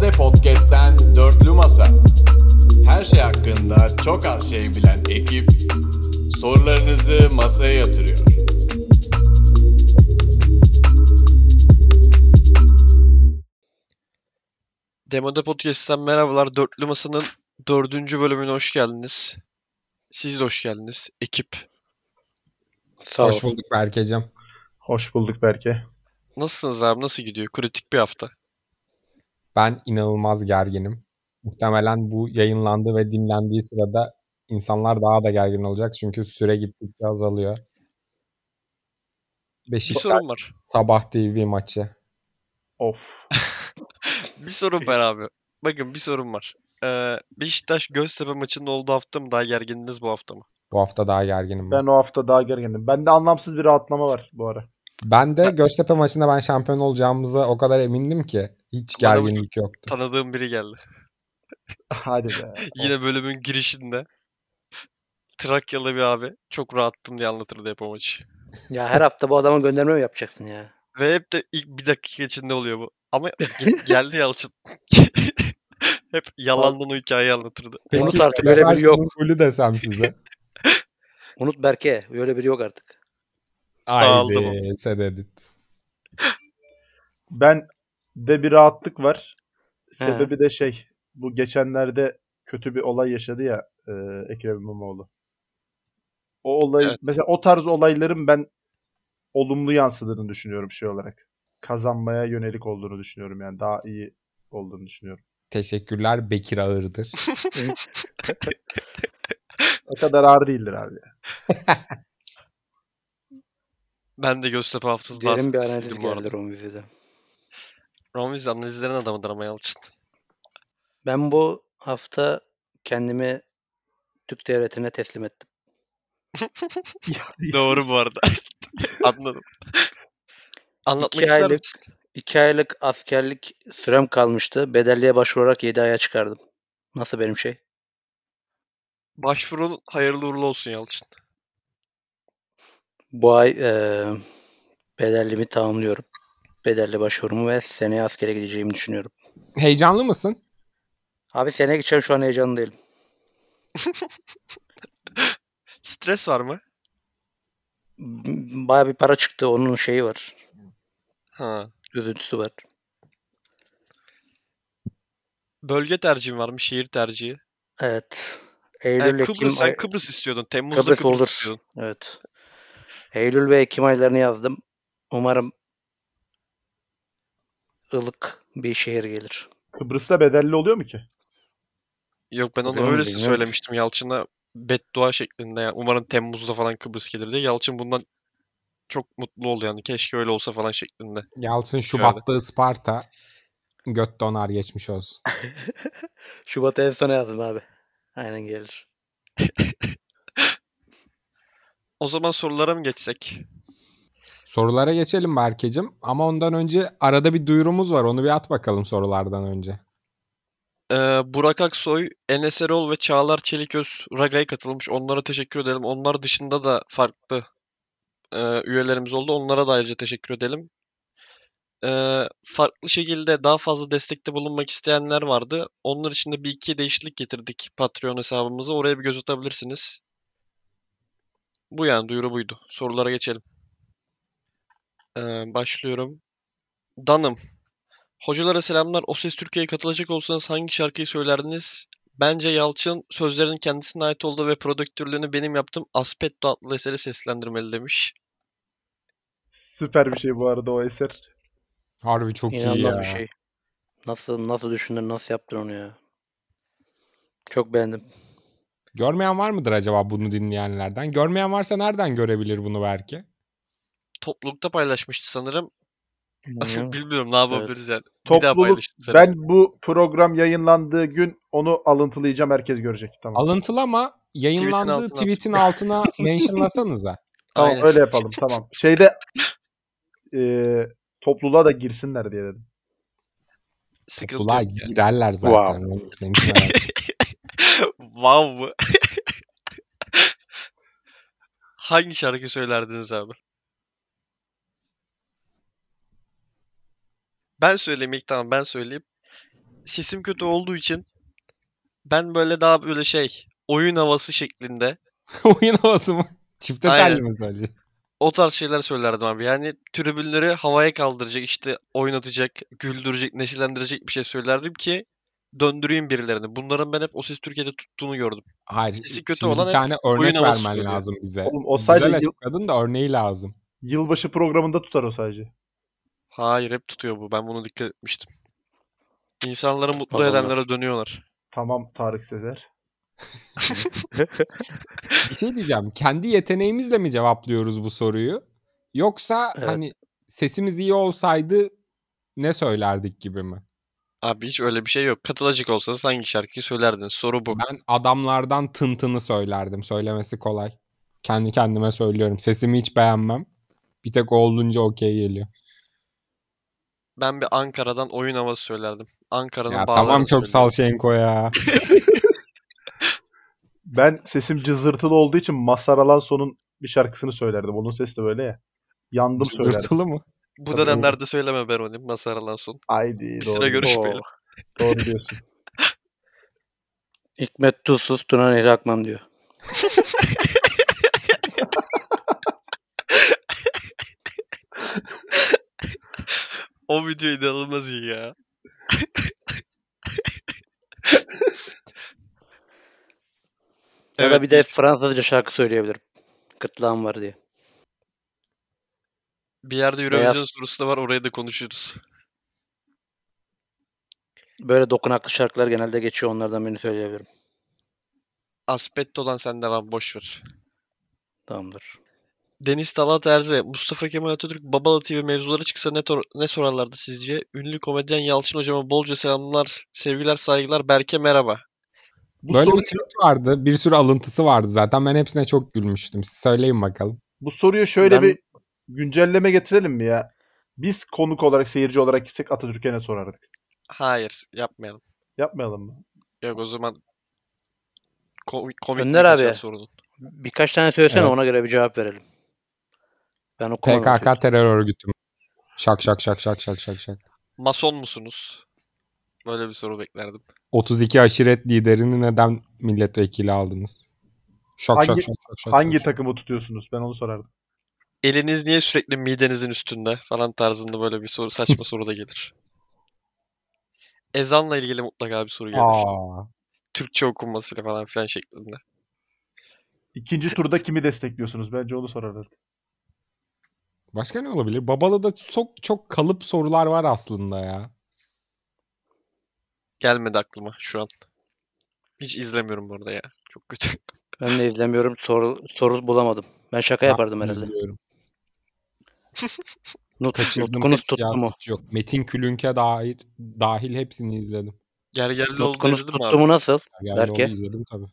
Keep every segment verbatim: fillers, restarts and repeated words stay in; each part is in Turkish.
Demode Podcast'ten Dörtlü Masa. Her şey hakkında çok az şey bilen ekip sorularınızı masaya yatırıyor. Demode Podcast'ten merhabalar. Dörtlü Masa'nın dördüncü bölümüne hoş geldiniz. Siz de hoş geldiniz. Ekip. Sağ ol. Hoş bulduk Berke'cim. Hoş bulduk Berke. Nasılsınız abi? Nasıl gidiyor? Kritik bir hafta. Ben inanılmaz gerginim. Muhtemelen bu yayınlandığı ve dinlendiği sırada insanlar daha da gergin olacak. Çünkü süre gittikçe azalıyor. Bir Beşiktaş sorun var. Sabah T V maçı. Of. Bir sorun var abi. Bakın bir sorun var. Ee, Beşiktaş Göztepe maçının olduğu hafta mı daha gergindiniz bu hafta mı? Bu hafta daha gerginim ben. Ben o hafta daha gergindim. Bende anlamsız bir rahatlama var bu ara. Ben de Göztepe maçında ben şampiyon olacağımıza o kadar emindim ki. Hiç Bana bu gerginlik yoktu. Tanıdığım biri geldi. Hadi be. Yine Of. bölümün girişinde Trakyalı bir abi çok rahattım diye anlatırdı hep o maçı. Ya her hafta bu adama gönderme mi yapacaksın ya? Ve hep de ilk bir dakika içinde oluyor bu. Ama ge- geldi Yalçın. Hep yalandan o hikayeyi anlatırdı. Peki Unut artık, öyle biri yok. Fenerbahçe'nin golü desem size. Unut Berke. Öyle biri yok artık. Dağıldı Haydi Sededit. Ben de bir rahatlık var. He. Sebebi de şey. Bu geçenlerde kötü bir olay yaşadı ya e, Ekrem İmamoğlu. O olay Evet. mesela o tarz olayların ben olumlu yansıdığını düşünüyorum şey olarak. Kazanmaya yönelik olduğunu düşünüyorum yani. Daha iyi olduğunu düşünüyorum. Teşekkürler Bekir Ağır'dır. O kadar ağır değildir abi. Ben de Göztepe haftası daha Derin bir analiz stressliydim bu arada. geldi Romvizi'de. Romviz analizlerin adamıdır ama Yalçın. Ben bu hafta kendimi Türk devletine teslim ettim. Doğru bu arada. Anladım. Anlatmak İki ister aylık, misin? iki aylık askerlik sürem kalmıştı. Bedelliye başvurarak yedi aya çıkardım. Nasıl benim şey? Başvurun hayırlı uğurlu olsun Yalçın. Bu ay eee bedellimi tamamlıyorum. Bedelli başvurumu ve seneye askere gideceğimi düşünüyorum. Heyecanlı mısın? Abi seneye gideceğim, şu an heyecanlı değilim. Stres var mı? Baya bir para çıktı. Onun şeyi var. Ha. Üzüntüsü var. Bölge tercihin var mı? Şehir tercihi. Evet. Yani Eylül, Kıbrıs, Ekim sen ay... Kıbrıs istiyordun. Temmuz'da Kıbrıs Kıbrıs, olur. istiyordun. Evet. Eylül ve Ekim aylarını yazdım. Umarım ılık bir şehir gelir. Kıbrıs'ta bedelli oluyor mu ki? Yok ben onu Oluyor mu öylesi bilmiyorum ki. söylemiştim Yalçın'a. Beddua şeklinde. Yani umarım Temmuz'da falan Kıbrıs gelir diye. Yalçın bundan çok mutlu oldu yani. Keşke öyle olsa falan şeklinde. Yalçın Şöyle. Şubat'ta Isparta. Göt donar geçmiş olsun. Şubat'a en sona yazdım abi. Aynen gelir. O zaman sorulara mı geçsek? Sorulara geçelim Berke'cim. Ama ondan önce arada bir duyurumuz var. Onu bir at bakalım sorulardan önce. Ee, Burak Aksoy, Enes Erol ve Çağlar Çeliköz Raga'ya katılmış. Onlara teşekkür edelim. Onlar dışında da farklı e, üyelerimiz oldu. Onlara da ayrıca teşekkür edelim. Ee, farklı şekilde daha fazla destekte bulunmak isteyenler vardı. Onlar için de bir iki değişiklik getirdik Patreon hesabımıza. Oraya bir göz atabilirsiniz. Bu yani duyuru buydu. Sorulara geçelim. Ee, başlıyorum. Danım. Hocalara selamlar. O Ses Türkiye'ye katılacak olsanız hangi şarkıyı söylerdiniz? Bence Yalçın sözlerin kendisine ait olduğu ve prodüktörlüğünü benim yaptığım Aspetto adlı eseri seslendirmeli demiş. Süper bir şey bu arada o eser. Harbi çok iyi İnanılmaz ya. bir şey. Nasıl nasıl düşündün, nasıl yaptın onu ya? Çok beğendim. Görmeyen var mıdır acaba bunu dinleyenlerden? Görmeyen varsa nereden görebilir bunu belki? Toplulukta paylaşmıştı sanırım. Bilmiyorum. Bilmiyorum ne yapabiliriz yani. Bir daha Topluluk paylaşın sen. ben bu program yayınlandığı gün onu alıntılayacağım, herkes görecek, tamam. Alıntılama yayınlandığı altına at. tweet'in altına mentionlasanıza. Tamam Aynen. öyle yapalım, tamam. Şeyde e, topluluğa da girsinler diye dedim. Sıkıntı Topluluğa yok yani. girerler zaten. Oğlum, sen hiç merak etme. Wow mı? Hangi şarkı söylerdiniz abi? Ben söyleyeyim ilk, tamam ben söyleyeyim. sesim kötü olduğu için ben böyle daha böyle şey oyun havası şeklinde Oyun havası mı? Çifte telli aynen mi söylüyor? o tarz şeyler söylerdim abi. Yani tribünleri havaya kaldıracak, işte oynatacak, güldürecek, neşelendirecek bir şey söylerdim ki döndüreyim birilerini. Bunların ben hep O Ses Türkiye'de tuttuğunu gördüm. Hayır. Sesi kötü Şimdi bir olan hep tane oyun örnek havası vermen söylüyor. lazım bize. Oğlum o sadece Güzel yıl, açıkladın da örneği lazım. yılbaşı programında tutar o sadece. Hayır, hep tutuyor bu. Ben bunu dikkat etmiştim. İnsanları mutlu Allah Allah. edenlere dönüyorlar. Tamam Tarık Sezer. Bir şey diyeceğim. Kendi yeteneğimizle mi cevaplıyoruz bu soruyu? Yoksa Evet. hani sesimiz iyi olsaydı ne söylerdik gibi mi? Abi hiç öyle bir şey yok. Katılacak olsanız hangi şarkıyı söylerdiniz? Soru bu. Ben adamlardan Tıntın'ı söylerdim. Söylemesi kolay. Kendi kendime söylüyorum. Sesimi hiç beğenmem. Bir tek o olunca okey geliyor. Ben bir Ankara'dan oyun havası söylerdim. Ankara'nın Ya tamam bağlarını Köksal söylüyorum. Şenko ya. Ben sesim cızırtılı olduğu için Mazhar Alanson'un bir şarkısını söylerdim. Onun sesi de böyle ya. Yandım söylerdim. Zırtılı mı? Bu Tabii. dönemlerde söyleme Beronim. Mazhar Alanson. Haydi Bir doğru süre diyorsun. görüşmeyelim. Oo. Doğru diyorsun. Hikmet Tuzsuz Tuna Nehri Akmam diyor. O video inanılmaz iyi ya. Ya da Evet, bir de bir, Fransızca şarkı söyleyebilirim. Gırtlağım var diye. bir yerde Eurovision Beyaz sorusu da var. Oraya da konuşuruz. böyle dokunaklı şarkılar genelde geçiyor. Onlardan birini söyleyebilirim. Aspetto'dan sen devam. Boş ver. Tamamdır. Deniz Talat Erze, Mustafa Kemal Atatürk Babala T V mevzuları çıksa ne, tor- ne sorarlardı sizce? Ünlü komedyen Yalçın hocama bolca selamlar, sevgiler, saygılar. Berke merhaba. Bu Böyle soru bir tweet vardı. Bir sürü alıntısı vardı zaten. Ben hepsine çok gülmüştüm. Siz söyleyin bakalım. bu soruyu şöyle Ben- bir güncelleme getirelim mi ya? Biz konuk olarak, seyirci olarak gitsek Atatürk'e ne sorardık? Hayır, yapmayalım. Yapmayalım mı? Yok o zaman komik, komik Önder kaçar abi. sorunun. Birkaç tane söylesene Evet. ona göre bir cevap verelim. Ben P okumadım. K K çünkü. terör örgütü mü? Şak şak şak şak şak şak şak. Mason musunuz? Böyle bir soru beklerdim. otuz iki aşiret liderini neden milletvekili aldınız? Şak Hangi- şak şak şak şak. Hangi şak. takımı tutuyorsunuz? Ben onu sorardım. Eliniz niye sürekli midenizin üstünde falan tarzında böyle bir soru, saçma soru da gelir. Ezanla ilgili mutlaka bir soru gelir. Aa, Türkçe okunmasıyla falan filan şeklinde. İkinci turda kimi destekliyorsunuz? Bence onu sorardım. başka ne olabilir? Babalı'da çok çok kalıp sorular var aslında ya. Gelmedi aklıma şu an. Hiç izlemiyorum bu arada ya. Çok kötü. Ben de izlemiyorum. Soru, soru bulamadım. Ben şaka yapardım Ben herhalde. izliyorum. Nut, Kaçırdığım nutkunuz tek tuttu mu? siyasetçi yok. Metin Külünk'e dahil, dahil hepsini izledim. Gergerlioğlu'nu Nutkunuz izledin mi tuttu abi? mu nasıl? Gergerlioğlu Berke. izledim tabii.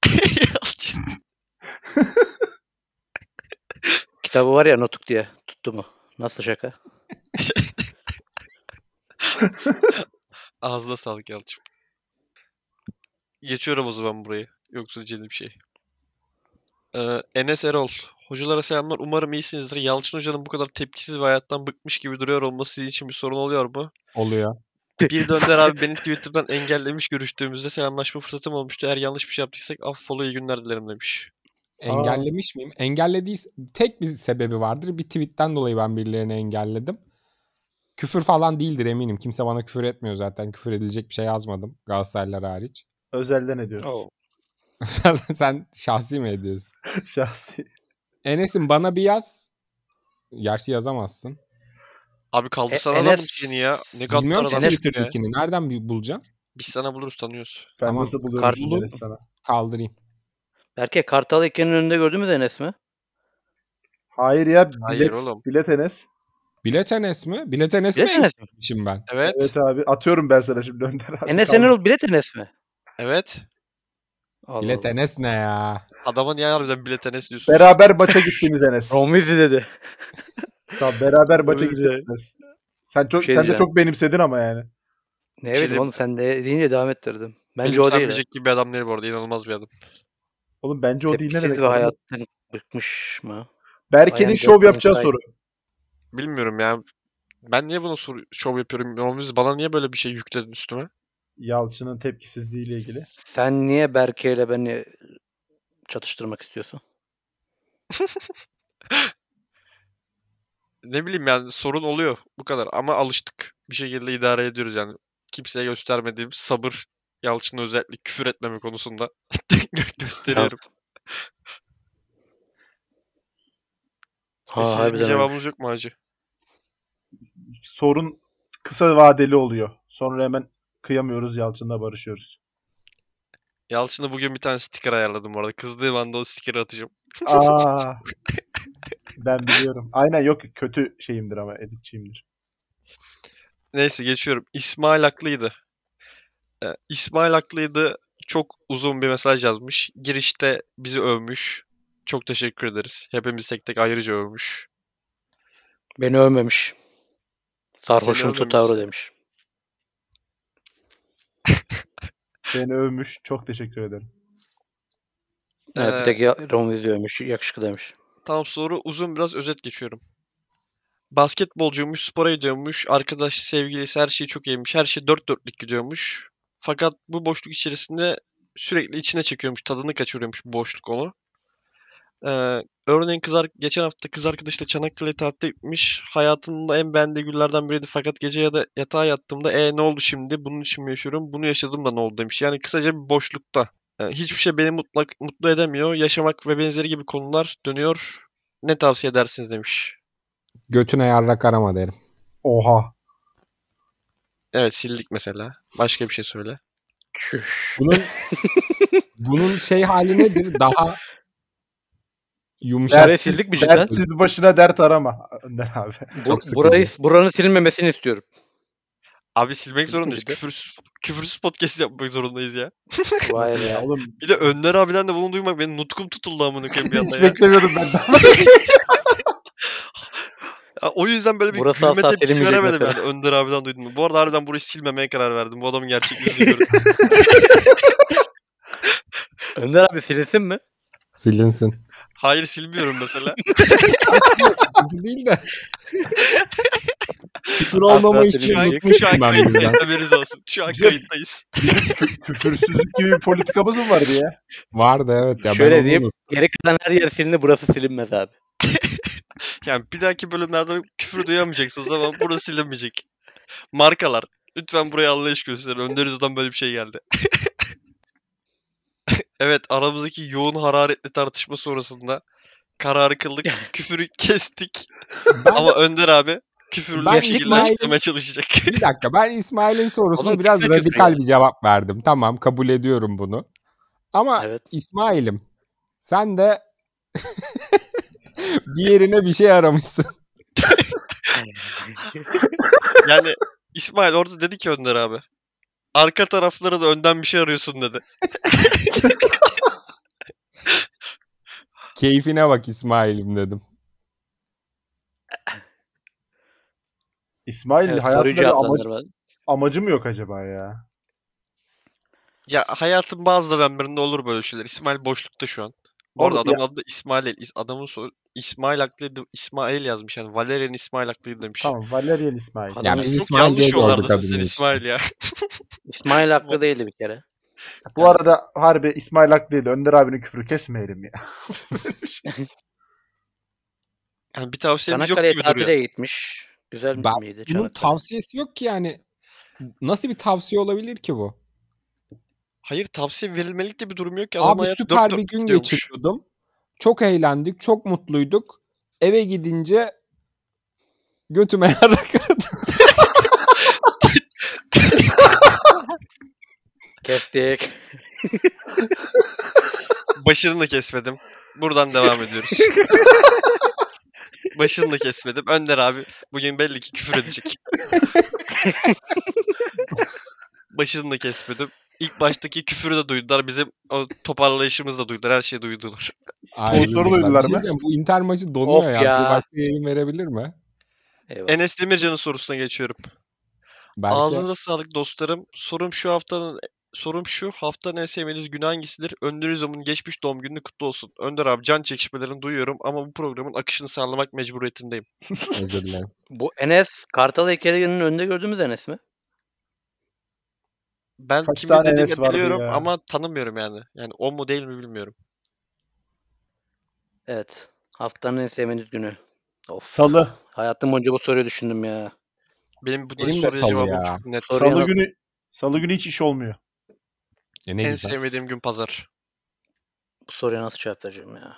Kitabı var ya Nutuk diye. Tuttu mu? Nasıl şaka? Ağzına sağlık Yalçın. Geçiyorum o zaman burayı. Yoksa ciddi bir şey. Ee, Enes Erol. Hocalara selamlar. Umarım iyisinizdir. Yalçın Hoca'nın bu kadar tepkisiz ve hayattan bıkmış gibi duruyor olması sizin için bir sorun oluyor mu? Oluyor. Bir de Önder abi beni Twitter'dan engellemiş, görüştüğümüzde selamlaşma fırsatım olmuştu. Eğer yanlış bir şey yaptıysak affola, iyi günler dilerim demiş. Engellemiş miyim? Engellediği tek bir sebebi vardır. Bir tweetten dolayı ben birilerini engelledim. Küfür falan değildir eminim. Kimse bana küfür etmiyor zaten. Küfür edilecek bir şey yazmadım. Galatasaraylılar hariç. Özelden ediyoruz. Oo. Sen şahsi mi ediyorsun? Şahsi. Enes'im bana bir yaz. Gerçi yazamazsın. Abi kaldırsana E- adamın Enes- şeyini ya. Ne gaddar Bilmiyorum ki adamsın Twitter ya. nickini. Nereden bir bulacağım? Biz sana buluruz, tanıyoruz. Ben Tamam, nasıl buluyorum kart- şimdi Enes sana? Kaldırayım. Berke Kartal Eken'in önünde gördün mü Enes mi? Hayır ya Hayır bilet, oğlum. bilet Enes. Bilet Enes mi? Bilet Enes'i mi Bilet Enes mi? engellemişim ben? Evet. Evet abi atıyorum ben sana şimdi Önder abi. Enes Kaldır. Enerol bilet Enes mi? Evet. Allah Bilet Allah. Enes ne ya? Adama niye harbiden bilet Enes diyorsun? Beraber maça gittiğimiz Enes. Romizi dedi. Tamam beraber maça Öyle. gittiğimiz Enes. Sen çok Bir şey sen de diyeceğim. çok benimsedin ama yani. Ne Bir şey bileyim diyeyim. oğlum sen de deyince devam ettirdim. Bence o değil. ha. Benimsenmeyecek gibi bir adam değil bu arada. İnanılmaz bir adam. Oğlum bence o değil ne Tepkisiz demek? ve Adam- hayattan bıkmış mı? Berke'nin Aynen, şov Berke'nin yapacağı sahibi. soru. Bilmiyorum ya. Ben niye bunu soru, şov yapıyorum? Ramiz bana niye böyle bir şey yükledin üstüme? Yalçın'ın tepkisizliğiyle ilgili. Sen niye Berke ile beni çatıştırmak istiyorsun? Ne bileyim yani sorun oluyor bu kadar ama alıştık. Bir şekilde idare ediyoruz yani. Kimseye göstermediğim sabır Yalçın'a özellikle küfür etmeme konusunda gö- gösteriyorum. E, Ha, sizin bir harbiden cevabınız öyleymiş. yok mu hacı? Sorun kısa vadeli oluyor. Sonra hemen kıyamıyoruz, Yalçın'la barışıyoruz. Yalçın'a bugün bir tane sticker ayarladım bu arada. Kızdığım anda o sticker'ı atacağım. Aa, ben biliyorum. Aynen, yok kötü şeyimdir ama editçiyimdir. Neyse geçiyorum. İsmail haklıydı. Ee, İsmail haklıydı. Çok uzun bir mesaj yazmış. Girişte bizi övmüş. Çok teşekkür ederiz. Hepimiz tek tek ayrıca övmüş. Beni övmemiş. Seni Sarhoşum övmemiş. tutavro demiş. Beni övmüş. Çok teşekkür ederim. Evet, bir Ee, tek ya- Romeo övmüş. Yakışıklı demiş. Tam soru uzun, biraz özet geçiyorum. Basketbolcuymuş, spora gidiyormuş, arkadaş, sevgilisi her şey çok iyiymiş, her şey dört dörtlük gidiyormuş. Fakat bu boşluk içerisinde sürekli içine çekiyormuş, tadını kaçırıyormuş bu boşluk onu. Ee, örneğin kız ar- geçen hafta kız arkadaşla Çanakkale tatile gitmiş. Hayatında en beğendiği günlerden biriydi fakat gece ya da yatağa yattığımda e ne oldu şimdi? Bunun için mi yaşıyorum? Bunu yaşadım da ne oldu demiş. Yani kısaca bir boşlukta. Yani hiçbir şey beni mutlu, mutlu edemiyor. Yaşamak ve benzeri gibi konular dönüyor. Ne tavsiye edersiniz demiş. Götüne yarrak arama derim. Oha. Evet sildik mesela. Başka bir şey söyle. Çüş. Bunun bunun şey hali nedir? Daha yumuşak. Nereye sildik mi cidden? Dertsiz başına dert arama Önder abi. Bu, Çok sıkıcı. burayı, buranın silinmemesini istiyorum. Abi silmek Sildik mi zorundayız. cidden? Küfürsüz, küfürsüz podcast yapmak zorundayız ya. Vay Nasıl ya be. oğlum? Bir de Önder abiden de bunu duymak benim nutkum tutuldu amına koyayım bir anda Hiç ya. beklemiyordum ben de. Ya o yüzden böyle bir Burası gülme asla tepkisi silinmeyecek veremedim mesela. yani Önder abiden duydum. Bu arada harbiden burayı silmemeye karar verdim. Bu adamın gerçek yüzünü görün. Önder abi silinsin mi? Silinsin. Hayır silmiyorum mesela. Sıkıntı değil de. Küfür olmama Asla işini silinmeyecek. Şu unutmuşum an ben kayıttayız, bizden. haberiniz olsun. Şu an Güzel. kayıttayız. Kü- küfürsüzlük gibi bir politikamız mı vardı ya? Vardı evet ya, ben Şöyle onu diyeyim. unuttum. Geri kalan her yer silindi. Burası silinmez abi. Yani bir dahaki bölümlerde küfür duyamayacaksınız ama burası silinmeyecek. Markalar. Lütfen buraya anlayış gösterin. Önder Yüz'den böyle bir şey geldi. Evet, aramızdaki yoğun hararetli tartışma sonrasında kararı kıldık. Küfürü kestik. Ben, Ama Önder abi küfürlü ben bir şekilde İsmail'in açıklamaya çalışacak. bir dakika ben İsmail'in sorusuna Oğlum, biraz kime küfür radikal ya? bir cevap verdim. Tamam, kabul ediyorum bunu. Ama Evet. İsmail'im sen de bir yerine bir şey aramışsın. Yani İsmail orada dedi ki Önder abi. Arka taraflara da önden bir şey arıyorsun dedi. Keyfine bak İsmail'im dedim. İsmail Evet, soruyu hayatında bir amacı, cevaplandırmadım. amacı mı yok acaba ya? Ya hayatın bazı dönemlerinde olur böyle şeyler. İsmail boşlukta şu an. Bu arada Oğlum ya, adamın adı da İsmail değil. İs- Adamın soru İsmail haklıydı. İsmail yazmış yani. Valerian İsmail haklıydı demiş. tamam, Valerian İsmail. Ya Adamın biz Çok İsmail yanlış diye gördük yollardasın sen adını işte. İsmail ya. İsmail haklı değildi bir kere. Bu Yani- arada harbi İsmail haklıydı. Önder abinin küfrü kesmeyelim ya. Yani bir tavsiyemiz yok Çanakkale'ye gibi duruyor. tatile gitmiş. Güzel Ben, miydi bunun Çanakkale? tavsiyesi yok ki yani. Nasıl bir tavsiye olabilir ki bu? Hayır, tavsiye verilmelik de bir durum yok ki. Adamın Abi hayatı süper dört bir dörtlük gün gidiyormuş. geçiriyordum. Çok eğlendik, çok mutluyduk. Eve gidince götüme yarrak aradım. Kestik. Başını da kesmedim. Buradan devam ediyoruz. Başını da kesmedim. Önder abi bugün belli ki küfür edecek. Başını da kesmedim. İlk baştaki küfürü de duydular. Bizim o toparlayışımızı da duydular. Her şeyi duydular. Aynen Sponsoru öyle. duydular Bir şey mı? diyeceğim, bu Inter maçı donuyor Of ya. ya. Bir başka yayın verebilir mi? Eyvallah. Enes Demircan'ın sorusuna geçiyorum. Belki Ağzınıza sağlık dostlarım. Sorum şu haftanın sorum şu. Haftanın en sevmediğiniz günü hangisidir? Önder Özam'ın geçmiş doğum günü kutlu olsun. Önder abi can çekişmelerini duyuyorum ama bu programın akışını sağlamak mecburiyetindeyim. özür dilerim. Bu Enes Kartal heykeli'nin önünde gördüğümüz Enes mi? Ben Kaç kimin tane dediğini Enes vardı biliyorum ya? ama tanımıyorum yani. Yani o mu değil mi bilmiyorum. Evet. Haftanın en sevmediğiniz günü. Of. Salı. Hayatım boyunca bu soruyu düşündüm ya. Benim bu Benim de soruya salı cevabım ya. çok net. Soruya Salı na- günü Salı günü hiç iş olmuyor. E ne En güzel. sevmediğim gün pazar. Bu soruya nasıl cevap vereceğim ya?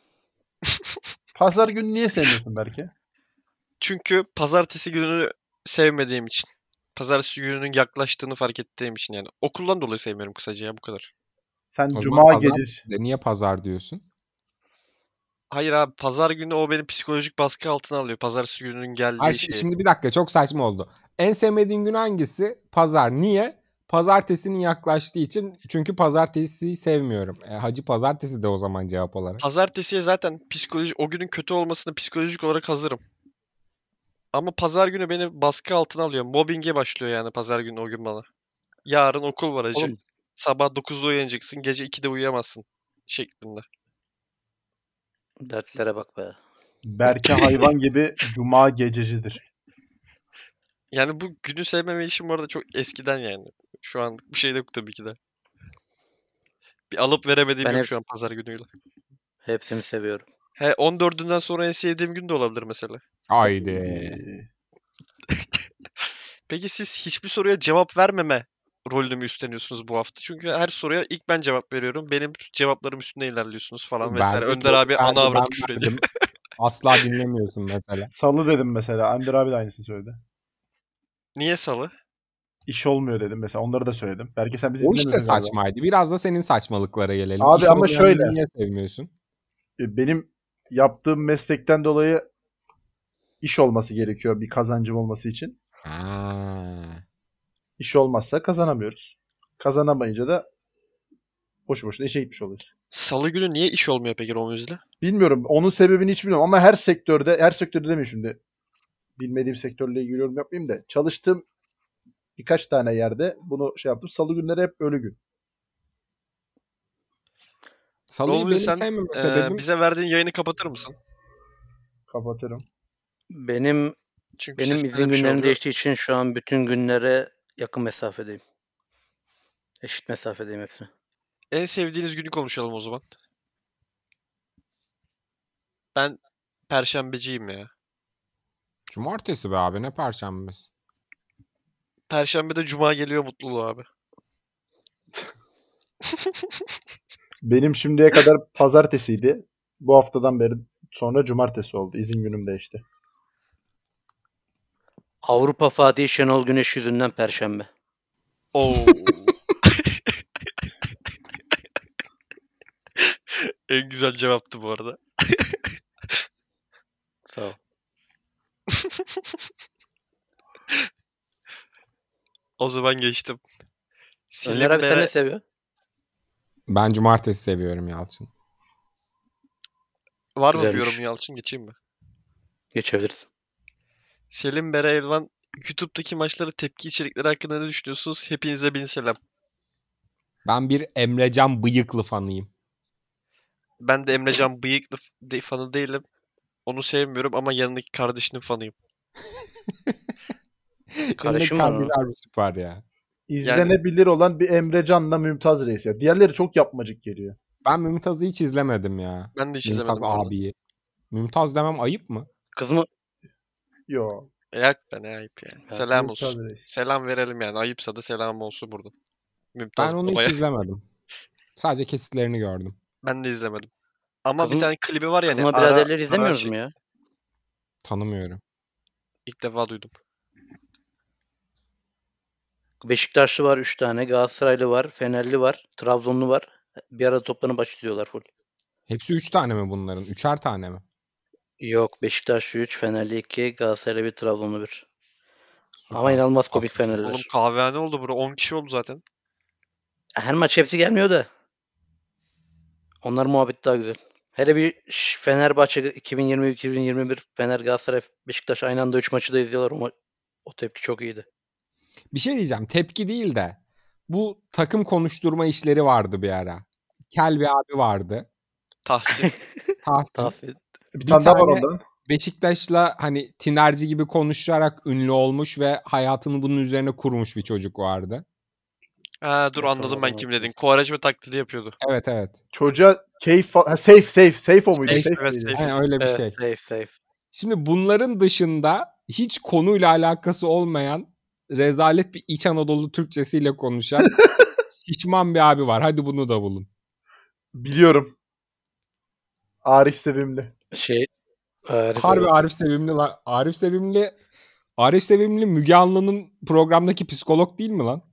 Pazar günü niye sevmiyorsun belki? Çünkü pazartesi gününü sevmediğim için. Pazartesi gününün yaklaştığını fark ettiğim için yani. Okuldan dolayı sevmiyorum kısaca ya bu kadar. Sen O zaman cuma pazar gecesi. de niye pazar diyorsun? Hayır abi pazar günü o beni psikolojik baskı altına alıyor. Pazartesi gününün geldiği Ay, şi- şey. şimdi bir dakika, çok saçma oldu. En sevmediğin gün hangisi? Pazar. Niye? Pazartesinin yaklaştığı için. Çünkü pazartesiyi sevmiyorum. E, Hacı pazartesi de o zaman cevap olarak. Pazartesiye zaten psikoloji o günün kötü olmasına psikolojik olarak hazırım. Ama pazar günü beni baskı altına alıyor. Mobbinge başlıyor yani pazar günü o gün bana. Yarın okul var hacı. Oğlum Sabah dokuzda uyanacaksın, gece ikide uyuyamazsın şeklinde. dertlere bak be. Berke hayvan gibi cuma gececidir. Yani bu günü sevmeme işim bu arada çok eskiden yani. Şu an bir şey de yok tabii ki de. Bir alıp veremediğim Ben yok hep, şu an pazar günüyle. hepsini seviyorum. He on dördünden sonra en sevdiğim gün de olabilir mesela. Haydi. Ee, Peki siz hiçbir soruya cevap vermeme rolünü mü üstleniyorsunuz bu hafta? Çünkü her soruya ilk ben cevap veriyorum. Benim cevaplarım üstüne ilerliyorsunuz falan vesaire. Verdi, Önder Tolga abi ana verdi, avrat ben küfür ediyor. verdim. Asla dinlemiyorsun mesela. Salı dedim mesela. Önder abi de aynısını söyledi. Niye salı? İş olmuyor dedim mesela. Onları da söyledim. Belki sen bizi O işte dinlemiyorsun galiba. saçmaydı. Biraz da senin saçmalıklara gelelim. Abi İş ama olmayan şöyle. günü niye sevmiyorsun? E, Benim yaptığım meslekten dolayı iş olması gerekiyor bir kazancım olması için. Ha. İş olmazsa kazanamıyoruz. Kazanamayınca da boşu boşuna işe gitmiş oluyoruz. Salı günü niye iş olmuyor peki Romuz'la? Bilmiyorum. Onun sebebini hiç bilmiyorum ama her sektörde, her sektörde demeyeyim şimdi. Bilmediğim sektörle ilgili yorum yapmayayım da. Çalıştığım birkaç tane yerde bunu şey yaptım. Salı günleri hep ölü gün. Salıyı Romuz benim sen sevmeme e, sebebim bize verdiğin yayını kapatır mısın? Kapatırım. Benim Çünkü benim sesinde izin bir şey günlerim oluyor. değiştiği için şu an bütün günlere yakın mesafedeyim. Eşit mesafedeyim hepsine. En sevdiğiniz günü konuşalım o zaman. Ben perşembeciyim ya. cumartesi be abi, ne perşembesi. Perşembede cuma geliyor mutluluğu abi. Benim şimdiye kadar pazartesiydi. Bu haftadan beri sonra cumartesi oldu. İzin günüm değişti. Avrupa Fatih Şenol Güneş yüzünden Perşembe. Oo. En güzel cevaptı bu arada. Sağ ol. O zaman geçtim. Önder abi Selim sen ne Bere seviyorsun? Ben cumartesi seviyorum Yalçın. var mı bir Güzelmiş. yorum Yalçın, geçeyim mi? Geçebiliriz. Selim Bere Elvan YouTube'daki maçları tepki içerikleri hakkında ne düşünüyorsunuz? Hepinize bin selam. Ben bir Emrecan Bıyıklı fanıyım. Ben de Emrecan Bıyıklı f- de- fanı değilim. Onu sevmiyorum ama yanındaki kardeşinin fanıyım. Yanındaki Kardeşim var onun. kardeşler süper ya. İzlenebilir olan bir Emre Can'la Mümtaz Reis. Ya. Diğerleri çok yapmacık geliyor. Ben Mümtaz'ı hiç izlemedim ya. Ben de hiç Mümtaz izlemedim bu arada. abiyi. Mümtaz demem ayıp mı? Kız mı? Yo. Yak be ne ayıp yani. Ya, Selam Mümtaz olsun. Reis. Selam verelim yani. Ayıpsa da selam olsun buradan. Ben Mümtaz onu hiç babaya. izlemedim. Sadece kesitlerini gördüm. Ben de izlemedim. Ama bir Kızım, tane klibi var ya hani kızma ara biraderleri ara izlemiyoruz şey. mu ya? Tanımıyorum. İlk defa duydum. Beşiktaşlı var üç tane. Galatasaraylı var. Fenerli var. Trabzonlu var. Bir arada toplanıp maç izliyorlar full. Hepsi üç tane mi bunların? Üçer tane mi? Yok. Beşiktaşlı üç. Fenerli iki. Galatasaraylı bir. Trabzonlu bir. Ama Süper. inanılmaz komik Aferin. Oğlum Fenerliler. kahvehane oldu bura. on kişi oldu zaten. Her maç hepsi gelmiyor da. Onlar muhabbet daha güzel. Hele bir ş- Fenerbahçe iki bin yirmi iki bin yirmi bir Fener Galatasaray Beşiktaş aynı anda üç maçı da izliyorlar. O, ma- o tepki çok iyiydi. Bir şey diyeceğim. Tepki değil de bu takım konuşturma işleri vardı bir ara. Kel bir abi vardı. Tahsin. Tahsin. Tahsin. Bir, Bir tane daha var tane ondan. Beşiktaş'la hani tinerci gibi konuşarak ünlü olmuş ve hayatını bunun üzerine kurmuş bir çocuk vardı. Ha, dur anladım ben Hatırladım, kim hatırladım. dedin. Quaresma taklidi yapıyordu. Evet evet. Çocuğa keyif fa- ha, safe safe safe o muydu? Safe, Safe, evet, miydi? safe. Aynen öyle bir Evet, şey. safe safe. Şimdi bunların dışında hiç konuyla alakası olmayan rezalet bir İç Anadolu Türkçesiyle konuşan şişman bir abi var. Hadi bunu da bulun. Biliyorum. Arif Sevimli. Şey Arif, Harbi evet. Arif Sevimli lan. Arif Sevimli Arif Sevimli Müge Anlı'nın programdaki psikolog değil mi lan?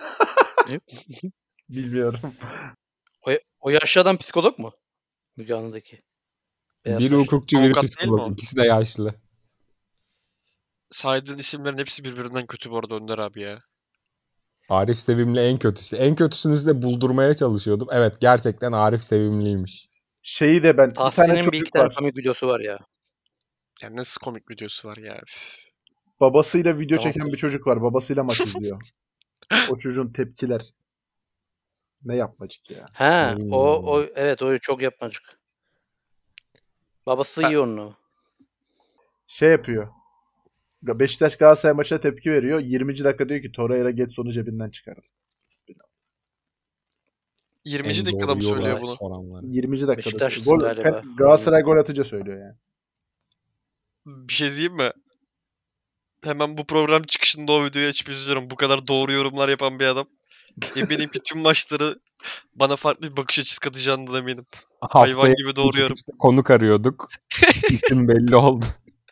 Bilmiyorum. O, o yaşlı adam psikolog mu? Müge Anlı'daki. Beyaz Biri saçlı. hukukçu, biri Avukat değil mi o? psikolog. İkisi de yaşlı. Saydığın isimlerin hepsi birbirinden kötü bu arada Önder abi ya. Arif Sevimli en kötüsü. En kötüsünü size buldurmaya çalışıyordum. Evet gerçekten Arif Sevimliymiş. Şeyi de ben. Bir tane Tahsin'in bir iki çocuk tane var. komik videosu var ya. Yani nasıl komik videosu var ya. Üf. Babasıyla video Tamam. çeken bir çocuk var. Babasıyla maç izliyor. O çocuğun tepkiler. Ne yapmacık ya. He, Ne bileyim o, o ya. evet o çok yapmacık. Babası Ben- iyi onu. Şey yapıyor. Beşiktaş Galatasaray maçına tepki veriyor. yirminci dakika diyor ki Torreira Getson'u cebinden çıkardı. Bismillah. yirminci En dakikada doğru mı yolu söylüyor Vay. bunu? soranlar. yirminci dakikada. Beşiktaşlısın Gol, galiba. Fe- Galatasaray gol atınca söylüyor yani. Bir şey diyeyim mi? Hemen bu program çıkışında o videoyu açıp izliyorum. Bu kadar doğru yorumlar yapan bir adam. Eminim ki tüm maçları bana farklı bir bakış açısı katacağından eminim. Hayvan Haftaya gibi doğruyorum. çıkışta konuk arıyorduk. İsim belli oldu.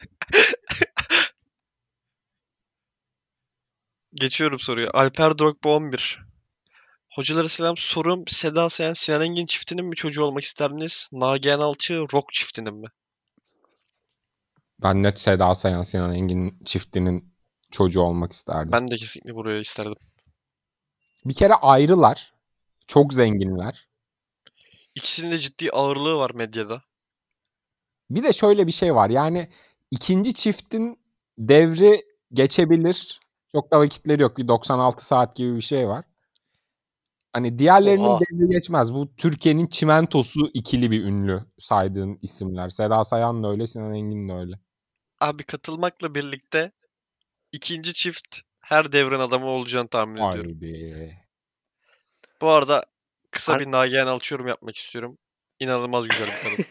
Geçiyorum soruya. Alper Drogba on bir. Hocalara selam. Sorum Seda Sayan Sinan Engin çiftinin mi çocuğu olmak isterdiniz? Nagihan Alçı Rock çiftinin mi? Ben net Seda Sayan Sinan Engin çiftinin çocuğu olmak isterdim. Ben de kesinlikle buraya isterdim. Bir kere ayrılar. Çok zenginler. İkisinin de ciddi ağırlığı var medyada. Bir de şöyle bir şey var. Yani ikinci çiftin devri geçebilir. Çok da vakitleri yok. Bir doksan altı saat gibi bir şey var. Hani diğerlerinin Oha. devri geçmez. Bu Türkiye'nin çimentosu ikili bir ünlü saydığın isimler. Seda Sayan da öyle, Sinan Engin de öyle. Abi katılmakla birlikte ikinci çift her devrin adamı olacağını tahmin ediyorum. Haydi. Bu arada kısa An- bir Nagihan Alçı yorum yapmak istiyorum. İnanılmaz güzel bir kadın.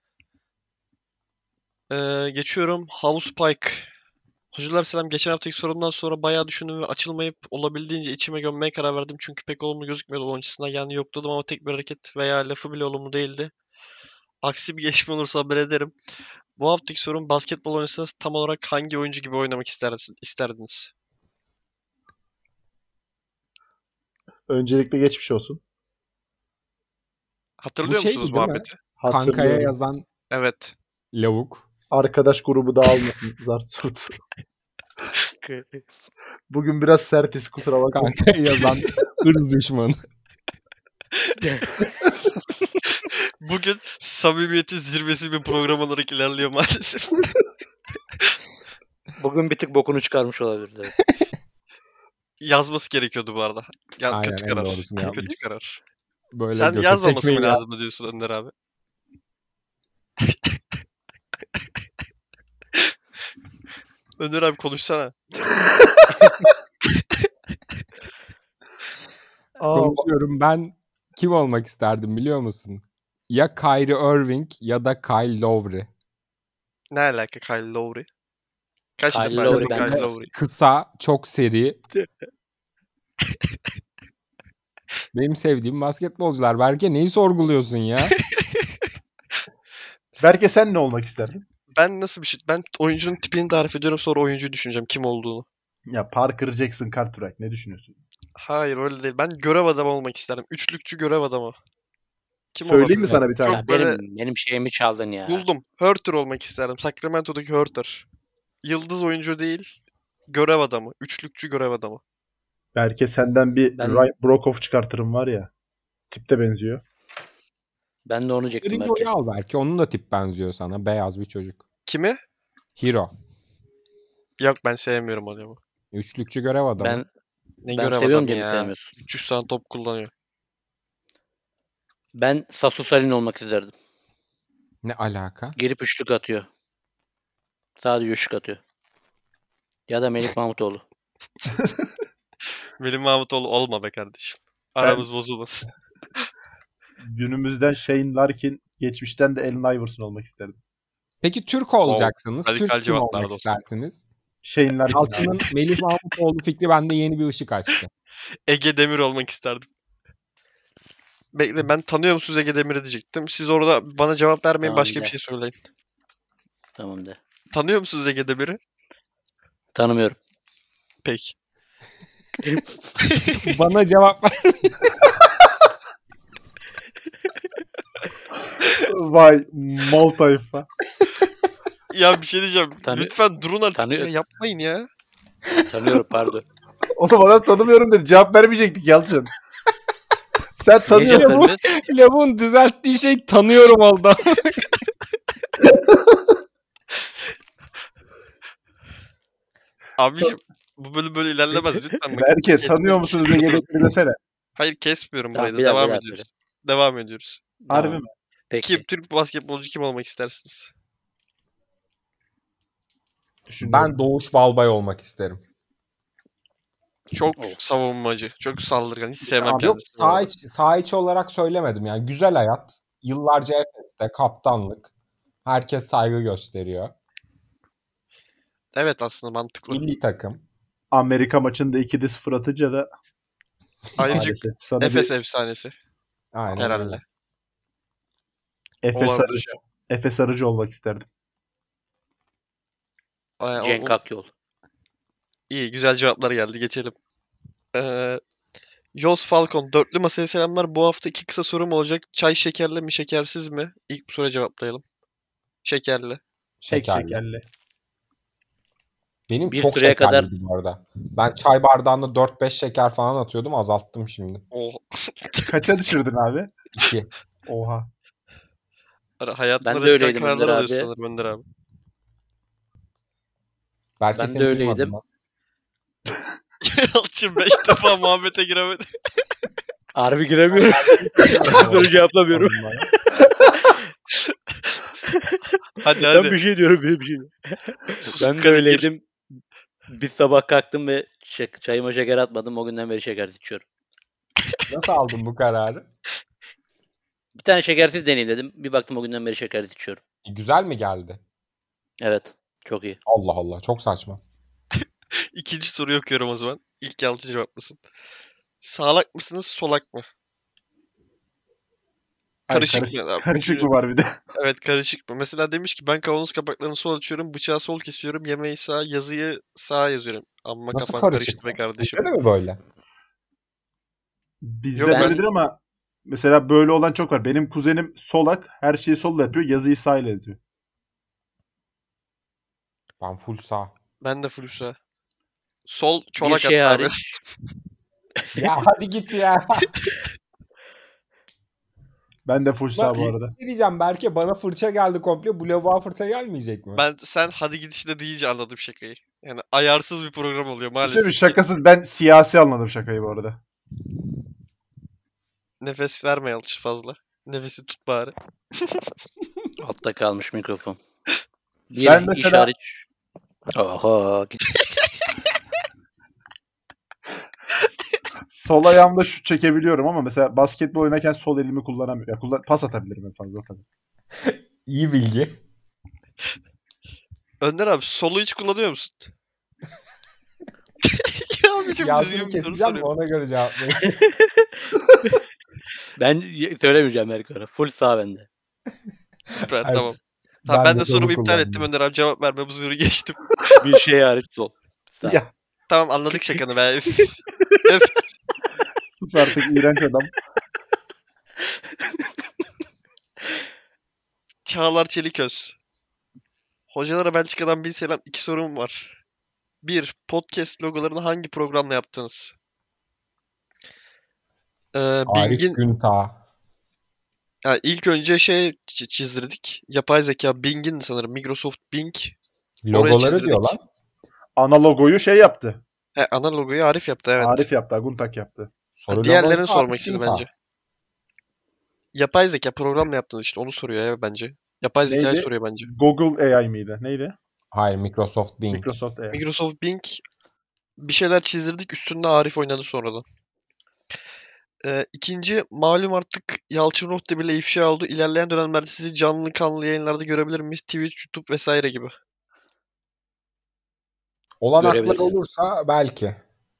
Ee, geçiyorum. House Pike. Hocalar selam. Geçen haftaki sorumdan sonra bayağı düşündüm ve açılmayıp olabildiğince içime gömmeye karar verdim. Çünkü pek olumlu gözükmüyordu onun açısından. Yani yokladım ama tek bir hareket veya lafı bile olumlu değildi. Aksi bir gelişme olursa haber ederim. Bu haftaki sorum basketbol oynasanız tam olarak hangi oyuncu gibi oynamak isterdiniz? isterdiniz? Öncelikle geçmiş olsun. Hatırlıyor şeydi musunuz değil mi? muhabbeti? Kankaya Hatırlıyorum. yazan Evet. lavuk. Arkadaş grubu dağılmasın. Zart zurt. Bugün biraz sertiz kusura bakma. Kankaya yazan ırz düşmanı. Bugün samimiyetin zirvesi bir program olarak ilerliyor maalesef. Bugün bir tık bokunu çıkarmış olabilir. Evet. Yazması gerekiyordu bu arada. Ya, Aynen, kötü en karar. doğrusunu yapmış. Kötü karar. Böyle Sen göte yazmaması mı tekmeyi lazım diyorsun Önder abi? Önder abi konuşsana. Aa, konuşuyorum. Ben kim olmak isterdim biliyor musun? Ya Kyrie Irving ya da Kyle Lowry. Ne alaka Kyle Lowry? Kaç Kyle defa Lowry izledin ben Kyle de- Lowry? Kısa, çok seri. Benim sevdiğim basketbolcular. Berke neyi sorguluyorsun ya? Berke sen ne olmak isterdin? Ben nasıl bir şey... Ben oyuncunun tipini tarif ediyorum sonra oyuncuyu düşüneceğim kim olduğunu. Ya Parker Jackson Cartwright ne düşünüyorsun? Hayır öyle değil. Ben görev adamı olmak isterim. Üçlükçü görev adamı. Kim Söyleyeyim mi olabilir? sana bir tane? Çok Ya böyle benim benim şeyimi çaldın ya. buldum. Hurter olmak isterim. Sacramento'daki Hurter. Yıldız oyuncu değil. Görev adamı. Üçlükçü görev adamı. Berke senden bir Ben- Ryan Brokoff çıkartırım var ya. Tipte benziyor. Ben de onu diyecektim Gringo'yu belki. al belki. Onun da tip benziyor sana. Beyaz bir çocuk. Kimi? Hero. Yok ben sevmiyorum adamı. Üçlükçü görev adamı. Ben Ne ben görev seviyorum adamı diye mi ya? sevmiyorsun? üç yüz tane top kullanıyor. Ben Sasu Salin olmak isterdim. Ne alaka? Girip üçlük atıyor. Sadece üçlük atıyor. Ya da Melik Mahmutoğlu. Melih Mahmutoğlu olma be kardeşim. Aramız bozulmasın. Günümüzden Shane Larkin, geçmişten de Allen Iverson olmak isterdim. Peki Türk olacaksınız. radikal Türk kim cevaplar olmak dostum. istersiniz? Shane Larkin abi. Yalçın'ın Melih Mahmutoğlu fikri bende yeni bir ışık açtı. Ege Demir olmak isterdim. Bekle, ben tanıyor musunuz Ege Demir'i diyecektim. Siz orada bana cevap vermeyin, Tamam, başka de. bir şey söyleyin. Tamam de. Tanıyor musunuz Ege Demir'i? Tanımıyorum. Peki. Bana cevap ver. Vay mal tayfa. Ya bir şey diyeceğim. Tanı- Lütfen durun artık Tanıyor- ya. Yapmayın ya. Tanıyorum pardon. Oğlum adam tanımıyorum dedi. Cevap vermeyecektik Yalçın. Sen Niye tanıyor cevap musun? vermiyorsun? Lavun düzelttiği şey tanıyorum oldu. Abiciğim bu bölüm böyle ilerlemez lütfen. Bak, Berke kesmeyin. tanıyor musunuz Ege Demir'i desene. Hayır kesmiyorum Tamam, burayı da. bir daha, Devam bir daha ediyoruz. Devam ediyoruz. Harbi Tamam. mi? Peki. Kim? Türk basketbolcu kim olmak istersiniz? Düşünüyorum. Ben Doğuş Balbay olmak isterim. Çok Oh. savunmacı. Çok saldırgan. Hiç sevmem Abi yok kendisini. bu arada. saha içi, saha içi olarak söylemedim yani. Güzel hayat. Yıllarca Efes'te kaptanlık. Herkes saygı gösteriyor. Evet aslında mantıklı. Milli takım. Amerika maçında ikide sıfır atınca da Ayrıca maalesef sana Efes bir efsanesi Aynen herhalde. öyle. Efes Olabilir arıcı, ya. Efes arıcı olmak isterdim. Ay, o- Cenk o- Akyol. İyi güzel cevaplar geldi. Geçelim. Ee, Jos Falcon. Dörtlü masaya selamlar. Bu hafta iki kısa sorum olacak. Çay şekerli mi şekersiz mi? İlk bu soruya cevaplayalım. Şekerli. Tek Şekerli. şekerli. Benim Bir çok süreye kadar- şekerliydi bu arada. Ben çay bardağında dört beş şeker falan atıyordum. Azalttım şimdi. Oh. Kaça düşürdün abi? iki. Oha. Hayatında Ben de radikal öyleydim kararlar Önder alıyorsun abi. sanırım Önder abi. Belki Ben de seni öyleydim. duymadım lan. Yalçın beş defa muhabbete giremedi. Harbi giremiyorum. Soru cevaplamıyorum. Hadi Ben hadi. bir şey diyorum, bir bir şey diyorum. Sus, Ben de Kadir, gir. öyleydim. Bir sabah kalktım ve şek- çayıma şeker atmadım. O günden beri şekersiz içiyorum. Nasıl aldın bu kararı? Bir tane şekersiz deneyeyim dedim. Bir baktım o günden beri şekersiz içiyorum. E, güzel mi geldi? Evet. Çok iyi. Allah Allah çok saçma. İkinci soruyu okuyorum o zaman. İlk Yalçın cevaplasın. Sağlak mısınız, solak mı? Ay, Karışık karış- mı? Abi, Karışık mı var bir de? Evet karışık mı? Mesela demiş ki ben kavanoz kapaklarını sol açıyorum, bıçağı sol kesiyorum, yemeği sağ, yazıyı sağ yazıyorum. Amma Nasıl kafan karışık? karıştı be kardeşim. Sizde de mi böyle? Bizde Yok, ben- böyledir ama mesela böyle olan çok var. Benim kuzenim solak, her şeyi solla yapıyor, yazıyı sağ yazıyor. Ben full sağ. Ben de full sağ. Sol Bir çolak şey hatta abi. hariç. Ya hadi git ya. Ben de full sağ Lan, bu arada. Ne diyeceğim Berke bana fırça geldi komple. Bu lavuğa fırça gelmeyecek mi? Ben sen hadi gidişle deyince anladım şakayı. Yani ayarsız bir program oluyor Bir maalesef. şey mi? Şakasız ben siyasi anladım şakayı bu arada. Nefes verme Yalçın fazla. Nefesi tut bari. Altta kalmış mikrofon. Bir Ben iş mesela- hariç. Oha. Sol ayağımda şut çekebiliyorum ama mesela basketbol oynarken sol elimi kullanamıyorum. Ya kullan pas atabilirim en fazla o kadar. İyi bilgi. Önder abi solu hiç kullanıyor musun? ya abicim Yazını düzgün bir soru keseceğim mi? soruyorum. Ona göre cevap vereceğim. Ben y- söylemeyeceğim Erkan'a. Full sağ bende. Süper Evet. tamam. Tamam ben, de de sorumu solu iptal ettim kullandım. Önder abi cevap verme bu soruyu geçtim. Bir şey hariç sol. Sağ. Ya Tamam anladık şakanı be. sus artık iğrenç adam. Çağlar Çeliköz. Hocalara Belçika'dan bir selam. İki sorum var. Bir, podcast logolarını hangi programla yaptınız? Ee, Arif Bing'in Güntağ. ha, ilk önce şey çi- çizdirdik. Yapay zeka Bing'in sanırım. Microsoft Bing. Logoları çizdirdik. diyor lan. Ana logoyu şey yaptı. He, ana logoyu Arif yaptı evet. Arif yaptı. Aguntak yaptı. Soru Diğerlerini logosu sormak Arif istedi Güntağ. bence. Yapay zeka programla yaptınız işte onu soruyor ya bence. Yapay zekayı Neydi? soruyor bence. Google A I mıydı? Neydi? Hayır Microsoft Bing. Microsoft A I. Microsoft Bing bir şeyler çizdirdik. Üstünde Arif oynadı sonradan. Ee, ikinci malum artık Yalçın Ruh'ta bile ifşa oldu. İlerleyen dönemlerde sizi canlı kanlı yayınlarda görebilir miyiz? Twitch, YouTube vesaire gibi. Olanaklar Görebiliriz. olursa belki.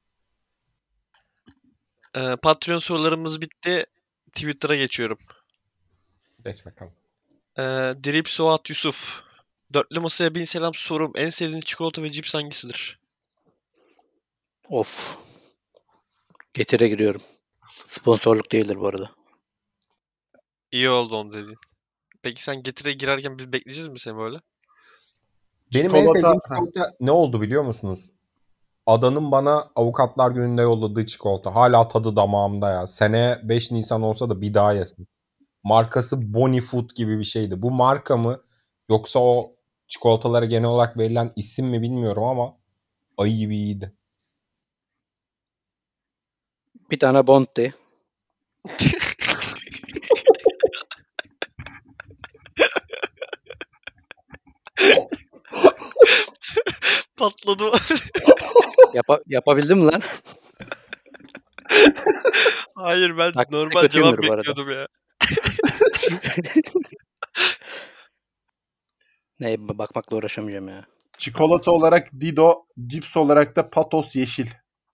Ee, Patreon sorularımız bitti. Twitter'a geçiyorum. Geç bakalım. Ee, Drip Suat Yusuf. Dörtlü masaya bin selam sorum. En sevdiğin çikolata ve cips hangisidir? Of. Getire giriyorum. Sponsorluk değildir bu arada. İyi oldu onu dediğin. Peki sen Getir'e girerken biz bekleyeceğiz mi seni böyle? Benim en Çikolata- sevdiğim Ha. çikolata ne oldu biliyor musunuz? Adanın bana Avukatlar Günü'nde yolladığı çikolata. Hala tadı damağımda ya. Seneye beş Nisan olsa da bir daha yesin. Markası Bonnie Food gibi bir şeydi. Bu marka mı yoksa o çikolatalara genel olarak verilen isim mi bilmiyorum ama ayı gibi iyiydi. Bir tane Bounty. Patladım. Yapa, yapabildim mi lan? Hayır ben Taktik normal kötüyümdür cevap bu arada. bekliyordum ya. Ne bakmakla uğraşamayacağım ya. Çikolata olarak Dido, cips olarak da Patos yeşil.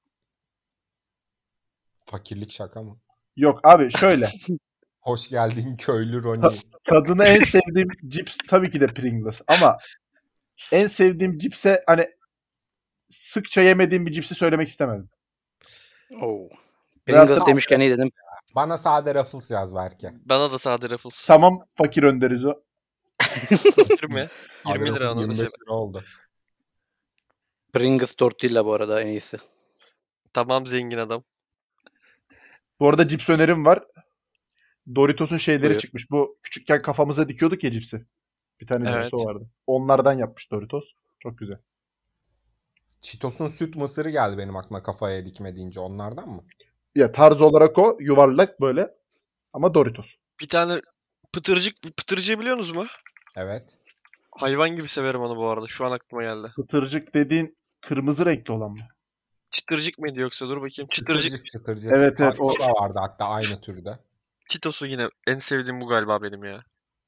Fakirlik şaka mı? Yok abi şöyle. Hoş geldin köylü Ronnie. Tadını en sevdiğim cips tabii ki de Pringles. Ama en sevdiğim cipse hani sıkça yemediğim bir cipsi söylemek istemedim. Oo. Biraz Pringles da- demişken iyi dedim. Bana sade Ruffles yaz belki. Bana da sade Ruffles. Tamam fakir önderiz o. yirmi. Sade yirmi lira Ruffles ona yirmi beş mesela. lira oldu. Pringles tortilla bu arada en iyisi. Tamam zengin adam. Bu arada cips önerim var. Doritos'un şeyleri Buyur. çıkmış. Bu küçükken kafamıza dikiyorduk ya cipsi. Bir tane Evet. cipsi o vardı. Onlardan yapmış Doritos. Çok güzel. Cheetos'un süt mısırı geldi benim aklıma kafaya dikme deyince. Onlardan mı? Ya tarz olarak o yuvarlak böyle. Ama Doritos. Bir tane pıtırcık, pıtırcığı biliyorsunuz mu? Evet. Hayvan gibi severim onu bu arada. Şu an aklıma geldi. Pıtırcık dediğin kırmızı renkli olan mı? Çıtırcık mıydı yoksa? Dur bakayım. Çıtırcık. Çıtırcık çıtırcık. Evet, evet, O o- da vardı hatta aynı türde. Cheetos'u yine en sevdiğim bu galiba benim ya.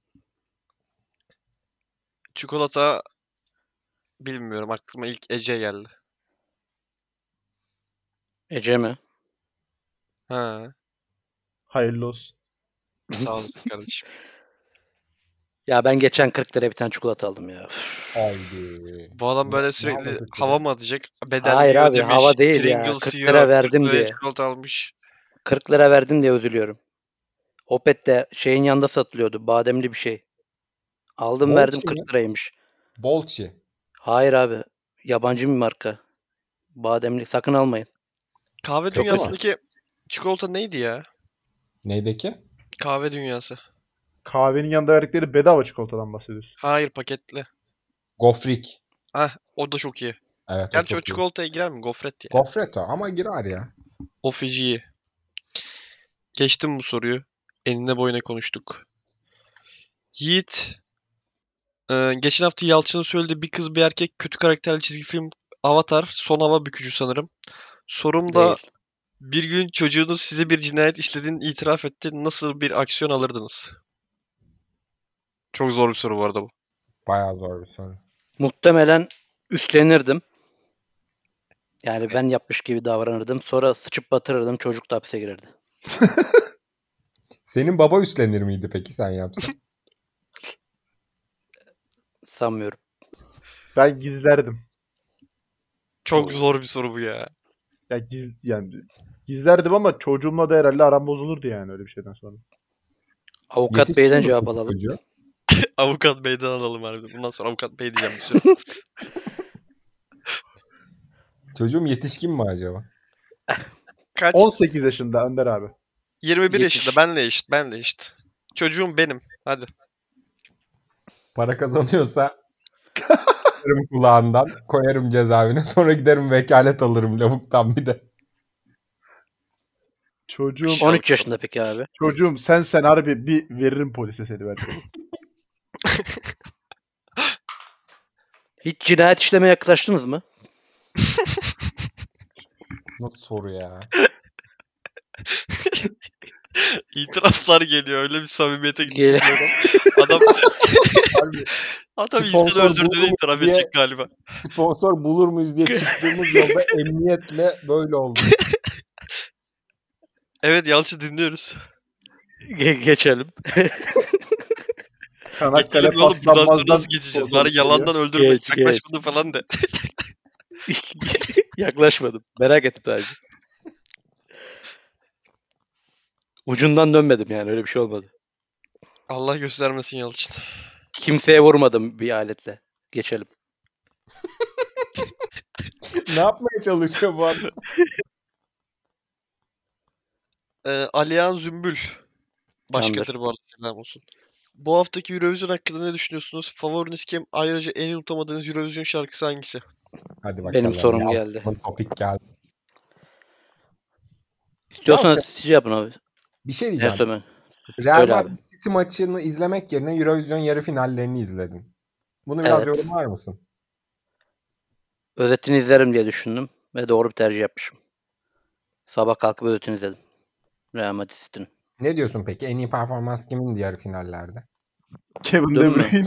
Çikolata bilmiyorum. Aklıma ilk Ece geldi. Ece mi? Ha, Hayırlı olsun. sağ olasın kardeşim. Ya ben geçen kırk liraya bir tane çikolata aldım ya. Haydi. Bu adam Ne- böyle ne sürekli aldın kırk hava lira? mı atacak? Bedel Hayır yiyor abi, demiş. hava değil ya. Pringles kırk yiyor. lira kırk verdim liraya diye. çikolata almış. kırk lira verdim diye üzülüyorum. Opet'te şeyin yanında satılıyordu. Bademli bir şey. Aldım verdim Bolçi mi? kırk liraymış. Bolçi. Hayır abi. Yabancı bir marka. Bademli. Sakın almayın. Kahve Kötü dünyasındaki çikolata neydi ya? Neydeki? Kahve dünyası. Kahvenin yanında verdikleri bedava çikolatadan bahsediyorsun. Hayır paketli. Gofrik. Ah o da çok iyi. Evet o Gerçi o çok iyi. çikolataya girer mi? Gofret ya. Gofret o ama girer ya. O feci. Geçtim bu soruyu. Enine boyuna konuştuk. Yiğit. e, geçen hafta Yalçın'ın söylediği bir kız bir erkek kötü karakterli çizgi film Avatar son hava bükücü sanırım. Sorum da Değil. bir gün çocuğunuz size bir cinayet işlediğini itiraf etti. Nasıl bir aksiyon alırdınız? Çok zor bir soru bu arada bu. Bayağı zor bir soru. Muhtemelen üstlenirdim. Yani ben yapmış gibi davranırdım. Sonra sıçıp batırırdım. Çocuk da hapse girerdi. Senin baba üstlenir miydi peki sen yapsan? Sanmıyorum. Ben gizlerdim. Çok Oo. zor bir soru bu ya. Ya giz yani gizlerdim ama çocuğumla da herhalde aram bozulurdu yani öyle bir şeyden sonra. Avukat Yetişkin Bey'den mi cevap bu alalım. çocuğu? Avukat Bey'den alalım harbiden. Bundan sonra Avukat Bey diyeceğim bir süre. Çocuğum yetişkin mi acaba? Kaç? on sekiz yaşında Önder abi. yirmi bir Yetiş. yaşında. Benle eşit. Benle eşit. Çocuğum benim. Hadi. Para kazanıyorsa koyarım kulağından, koyarım cezaevine, sonra giderim vekalet alırım lavuktan bir de. Çocuğum on üç yaşında peki abi. çocuğum sen sen harbi bir veririm polise seni ben. Hiç cinayet işlemeye yaklaştınız mı? Nasıl soru ya? İtiraflar geliyor. Öyle bir samimiyete gitti Gel- ki adam. Adam, Harbi. adam insan Sponsor öldürdüğünü bulur mu itiraf diye- edecek galiba. Sponsor bulur muyuz diye çıktığımız yolda emniyetle böyle oldu. Evet Yalçın dinliyoruz. Ge- geçelim. Çanakkale Geçelim oğlum bundan sonra paslanmazdan nasıl geçeceğiz? sponsorluk Bari geliyor. yalandan öldürme. Geç, geç. Yaklaşmadın falan de. Yaklaşmadım. Merak ettim sadece. Ucundan dönmedim yani öyle bir şey olmadı. Allah göstermesin Yalçın. Kimseye vurmadım bir aletle. Geçelim. Ne yapmaya çalışıyor bu adam? Ee, Alihan Zümbül. Başkadır bu arada selam olsun. Bu haftaki Eurovision hakkında ne düşünüyorsunuz? Favoriniz kim? Ayrıca en unutamadığınız Eurovision şarkısı hangisi? Hadi bakalım. Benim sorum Yalçın'ın geldi. Topik geldi. İstiyorsanız siz yapın abi. Bir şey Her diyeceğim. zaman. Real Öyle abi. Madrid City maçını izlemek yerine Eurovision yarı finallerini izledin. Bunu biraz Evet. yorumlar mısın? Özetini izlerim diye düşündüm ve doğru bir tercih yapmışım. Sabah kalkıp özetini izledim. Real Madrid City'nin. Ne diyorsun peki? En iyi performans kimindi yarı finallerde? Kevin De Dön mü? Bruyne.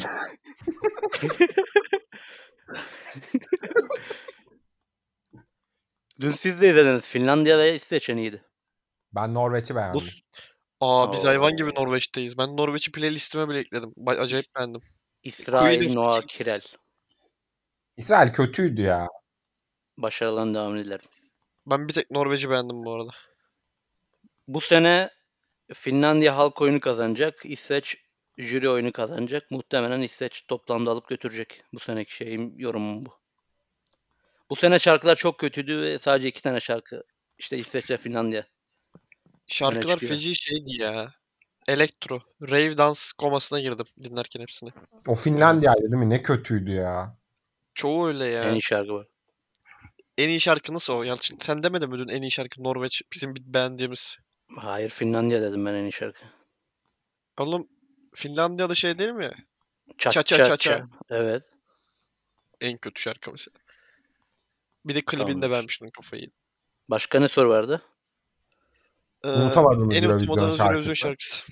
Dün siz de izlediniz. Finlandiya ve İsveç en iyiydi. Ben Norveç'i Bu beğendim. Aa biz hayvan gibi Oo. Norveç'teyiz. Ben Norveç'i playlistime bile ekledim. Ba- acayip İs- beğendim. İsrail Queen of Noah Kings. Kirel. İsrail kötüydü ya. Başarılarına devam dilerim. Ben bir tek Norveç'i beğendim bu arada. Bu sene Finlandiya halk oyunu kazanacak. İsveç jüri oyunu kazanacak. Muhtemelen İsveç toplamda alıp götürecek. Bu seneki şeyim, yorumum bu. Bu sene şarkılar çok kötüydü ve sadece iki tane şarkı. İşte İsveç ve Finlandiya öne Şarkılar çıkıyor. feci şeydi ya. Elektro. Rave dans komasına girdim dinlerken hepsini. O Finlandiya'ydı değil mi? Ne kötüydü ya. Çoğu öyle ya. En iyi şarkı var. En iyi şarkı nasıl o Yalçın? Sen demedin mi dün en iyi şarkı Norveç bizim bir beğendiğimiz? Hayır, Finlandiya dedim ben en iyi şarkı. Oğlum Finlandiya'da şey değil mi? Çat Ça ça çat ça ça. ça. Evet. En kötü şarkı mesela. Bir de klibinde Tamamdır. vermiştin kafayı. Başka ne soru vardı? Ee, Unutamadığınız en Eurovision unutamadığınız Eurovision şarkısı. şarkısı.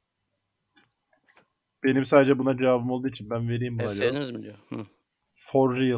Benim sadece buna cevabım olduğu için ben vereyim En buna cevap. sevdiniz mi diyor. Hı. For Real.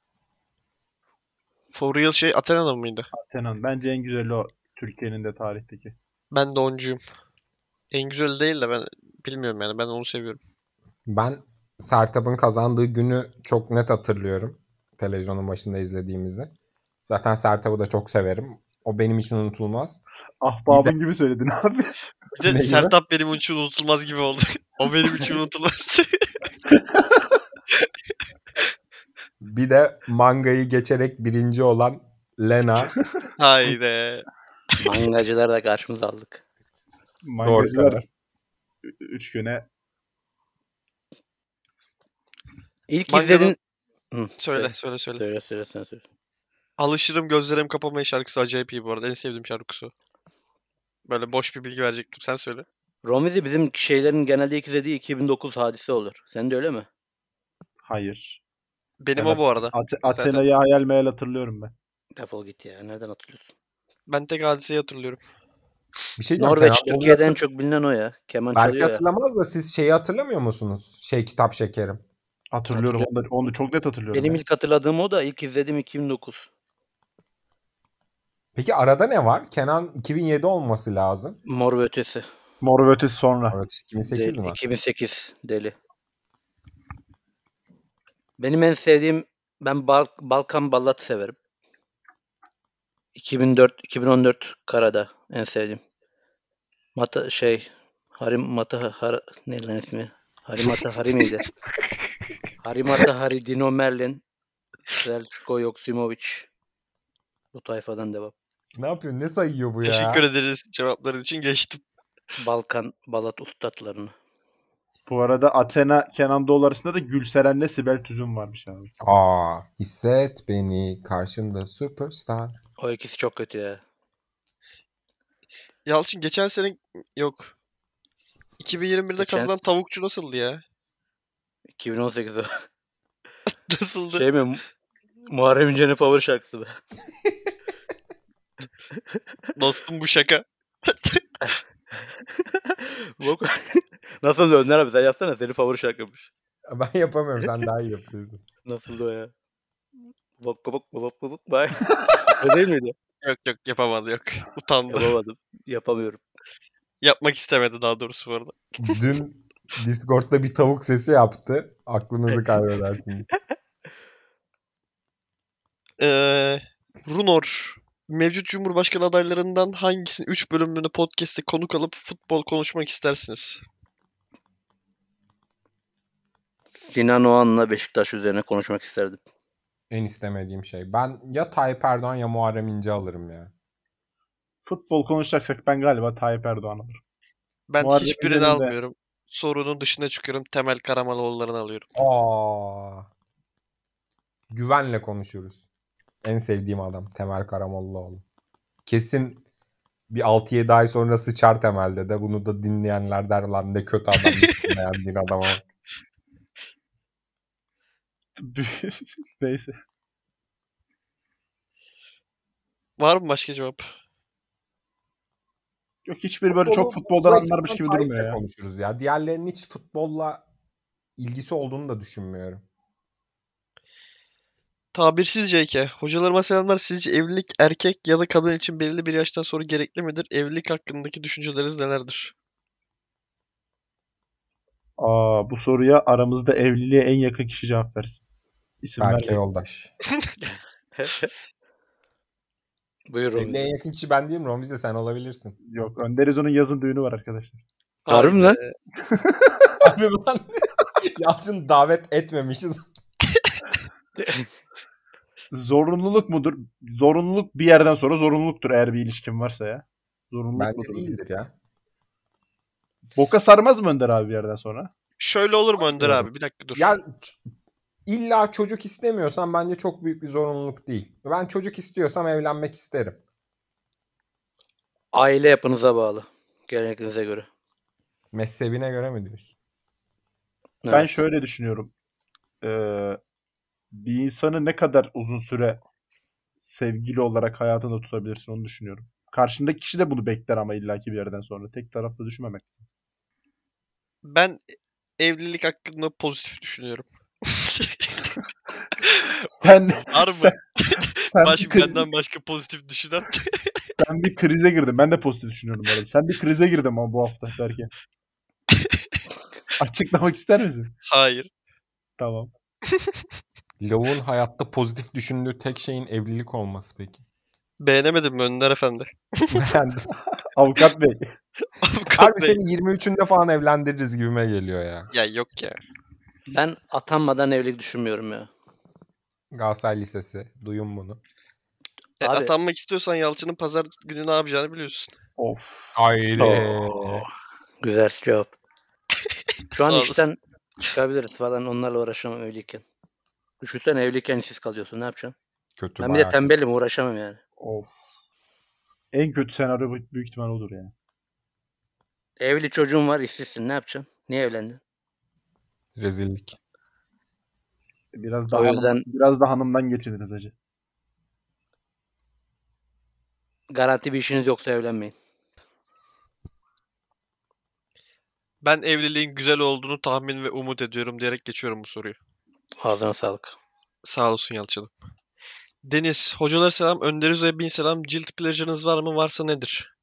For Real şey Athena'nın mıydı? Atenan. Bence en güzeli o Türkiye'nin de tarihteki. Ben de oncuyum. En güzeli değil de ben bilmiyorum yani ben onu seviyorum. Ben Sertab'ın kazandığı günü çok net hatırlıyorum. Televizyonun başında izlediğimizi. Zaten Sertab'ı da çok severim. O benim için unutulmaz. Ahbabın gibi söyledin abi. Bir de Ne gibi? Sertab benim için unutulmaz gibi oldu. O benim için unutulmaz. Bir de mangayı geçerek birinci olan Lena. Haydi. Mangacıları da karşımıza aldık. Mangacılar karar. ü- üç güne İlk Manga'nın- izledin... Hı, Söyle söyle söyle. Söyle söyle sen söyle. Alışırım gözlerim kapamaya şarkısı acayip iyi bu arada. En sevdiğim şarkısı o. Böyle boş bir bilgi verecektim. Sen söyle. Romizi bizim şeylerin genelde ilk izlediği iki bin dokuz hadise olur. Sen de öyle mi? hayır. Benim Evet. o bu arada. Ate- Zaten- Athena'yı hayal meyal hatırlıyorum ben. Defol git ya. Nereden hatırlıyorsun? Ben tek hadiseyi hatırlıyorum. Bir şey diyeceğim. Norveç Kenan Doğulu Türkiye'de en hatır- çok bilinen o ya. Keman Belki çalıyor ya. hatırlamaz da siz şeyi hatırlamıyor musunuz? Şey Kitap Şekerim. Hatırlıyorum. Onu, da- onu çok net hatırlıyorum. Benim ya. ilk hatırladığım o da ilk izlediğim iki bin dokuz. Peki arada ne var? Kenan iki bin yedi olması lazım. Mor ve Ötesi. Mor ve Ötesi sonra. Evet, iki bin sekiz Deli- mi? iki bin sekiz Deli. Benim en sevdiğim ben Bal- Balkan Ballat'ı severim. iki bin dört iki bin on dört Karada en sevdiğim. Mata şey Harim Mata Har ne lan ismi? Harimata Hari miydi? Harimata Hari Dino Merlin Selçuk Yoksimovic. Bu tayfadan devam. Ne yapıyor? Ne sayıyor bu ya? Teşekkür ederiz cevapların için. Geçtim. Balkan Balat ustadlarını. Bu arada Athena Kenan Doğulu arasında da Gülseren'le Sibel Tüzün varmış abi. Aa, hisset beni karşımda superstar. O ikisi çok kötü ya. Yalçın geçen sene yok. iki bin yirmi birde Geçen- kazanan tavukçu nasıldı ya? iki bin on sekiz o. Nasıldı? Şey mi? Muharrem İnce'nin Power şarkısı be. Dostum bu şaka. Bok. Nasıl da Önder abi sen yapsana. Senin favori şarkıymış. Ben yapamıyorum. Sen daha iyi yapıyorsun. Nasıl o ya? Bok bok bok bok bok bay. O değil miydi? Yok yok yapamadı yok. Utandı. Yapamadım. Yapamıyorum. Yapmak istemedi daha doğrusu bu arada. Dün Discord'da bir tavuk sesi yaptı. Aklınızı kaybedersiniz. Ee, Runor. Mevcut Cumhurbaşkanı adaylarından hangisini üç bölümlüğüne podcast'te konuk alıp futbol konuşmak istersiniz? Sinan Oğan'la Beşiktaş üzerine konuşmak isterdim. En istemediğim şey. Ben ya Tayyip Erdoğan ya Muharrem İnce alırım ya. Futbol konuşacaksak ben galiba Tayyip Erdoğan alırım. Ben Muharrem hiçbirini İnce'nin de- almıyorum. Sorunun dışına çıkıyorum. Temel Karamanoğulları'nı alıyorum. Aa. Güvenle konuşuruz. En sevdiğim adam Temel Karamollaoğlu. Kesin bir altı yedi ay sonra sıçar Temel'de de. Bunu da dinleyenler der lan ne kötü adam beğendiğin adama. Neyse. Var mı başka cevap? Yok hiçbiri böyle çok Futbolu- futboldan bu anlarmış ekipten gibi durmuyor Tayyip'le ya. konuşuruz ya. Diğerlerinin hiç futbolla ilgisi olduğunu da düşünmüyorum. Tabirsiz J K. Hocalarıma selamlar. Sizce evlilik erkek ya da kadın için belirli bir yaştan sonra gerekli midir? Evlilik hakkındaki düşünceleriniz nelerdir? Aa, bu soruya aramızda evliliğe en yakın kişi cevap versin. İsim Berke vermeyin. Yoldaş. Buyur Evli en Romiz. yakın kişi ben değilim. Romize sen olabilirsin. Yok, Önder İzo'nun yazın düğünü var arkadaşlar. Harbi mi lan? Haydi. Abi ben Yalçın davet etmemişiz. Zorunluluk mudur? Zorunluluk bir yerden sonra zorunluluktur eğer bir ilişkin varsa ya. Zorunluluk Bence mudur? değildir ya. Boka sarmaz mı Önder abi bir yerden sonra? Şöyle olur mu Önder Bilmiyorum. abi? Bir dakika dur. Ya ç- illa çocuk istemiyorsan bence çok büyük bir zorunluluk değil. Ben çocuk istiyorsam evlenmek isterim. Aile yapınıza bağlı. Gelenekinize göre. Mezhebine göre mi diyorsun? Ben Evet. şöyle düşünüyorum. Ee, bir insanı ne kadar uzun süre sevgili olarak hayatında tutabilirsin onu düşünüyorum. Karşındaki kişi de bunu bekler ama illaki bir yerden sonra. Tek taraflı düşünmemek. Ben evlilik hakkında pozitif düşünüyorum. Sen, Var mı? sen, sen, Başka, bir, kri- benden başka pozitif düşünen? sen bir krize girdin. Ben de pozitif düşünüyorum bu arada. Sen bir krize girdin ama bu hafta belki. Açıklamak ister misin? Hayır. Tamam. Lavuğun hayatta pozitif düşündüğü tek şeyin evlilik olması peki. Beğenemedin mi Önder Efendi? Ben Avukat Bey. Avukat harbi Bey. seni yirmi üçünde falan evlendiririz gibime geliyor ya. Ya yok ya. Ben atanmadan evlilik düşünmüyorum ya. Galatasaray Lisesi. Duyun bunu. E, Abi- atanmak istiyorsan Yalçın'ın pazar günü ne yapacağını biliyorsun. Of. Haydi. Oo. Güzel cevap. Şu an Sağ olasın. işten çıkabiliriz falan onlarla uğraşamam evliyken. Düşünsene evliyken işsiz kalıyorsun ne yapacaksın? Kötü Ben bir de bayağı kötü. tembelim uğraşamam yani. Of. En kötü senaryo bu- büyük ihtimal olur yani. Evli çocuğun var işsizsin ne yapacaksın? Niye evlendin? Rezillik. Biraz daha O hanım- yüzden- biraz da hanımdan geçiniriz hacı. Garanti bir işiniz yoksa evlenmeyin. Ben evliliğin güzel olduğunu tahmin ve umut ediyorum diyerek geçiyorum bu soruyu. Ağzına sağlık. Sağ olsun Yalçın'ım. Deniz, hocalar selam, Önder Üzo'ya bin selam. Guilty pleasure'ınız var mı? Varsa nedir?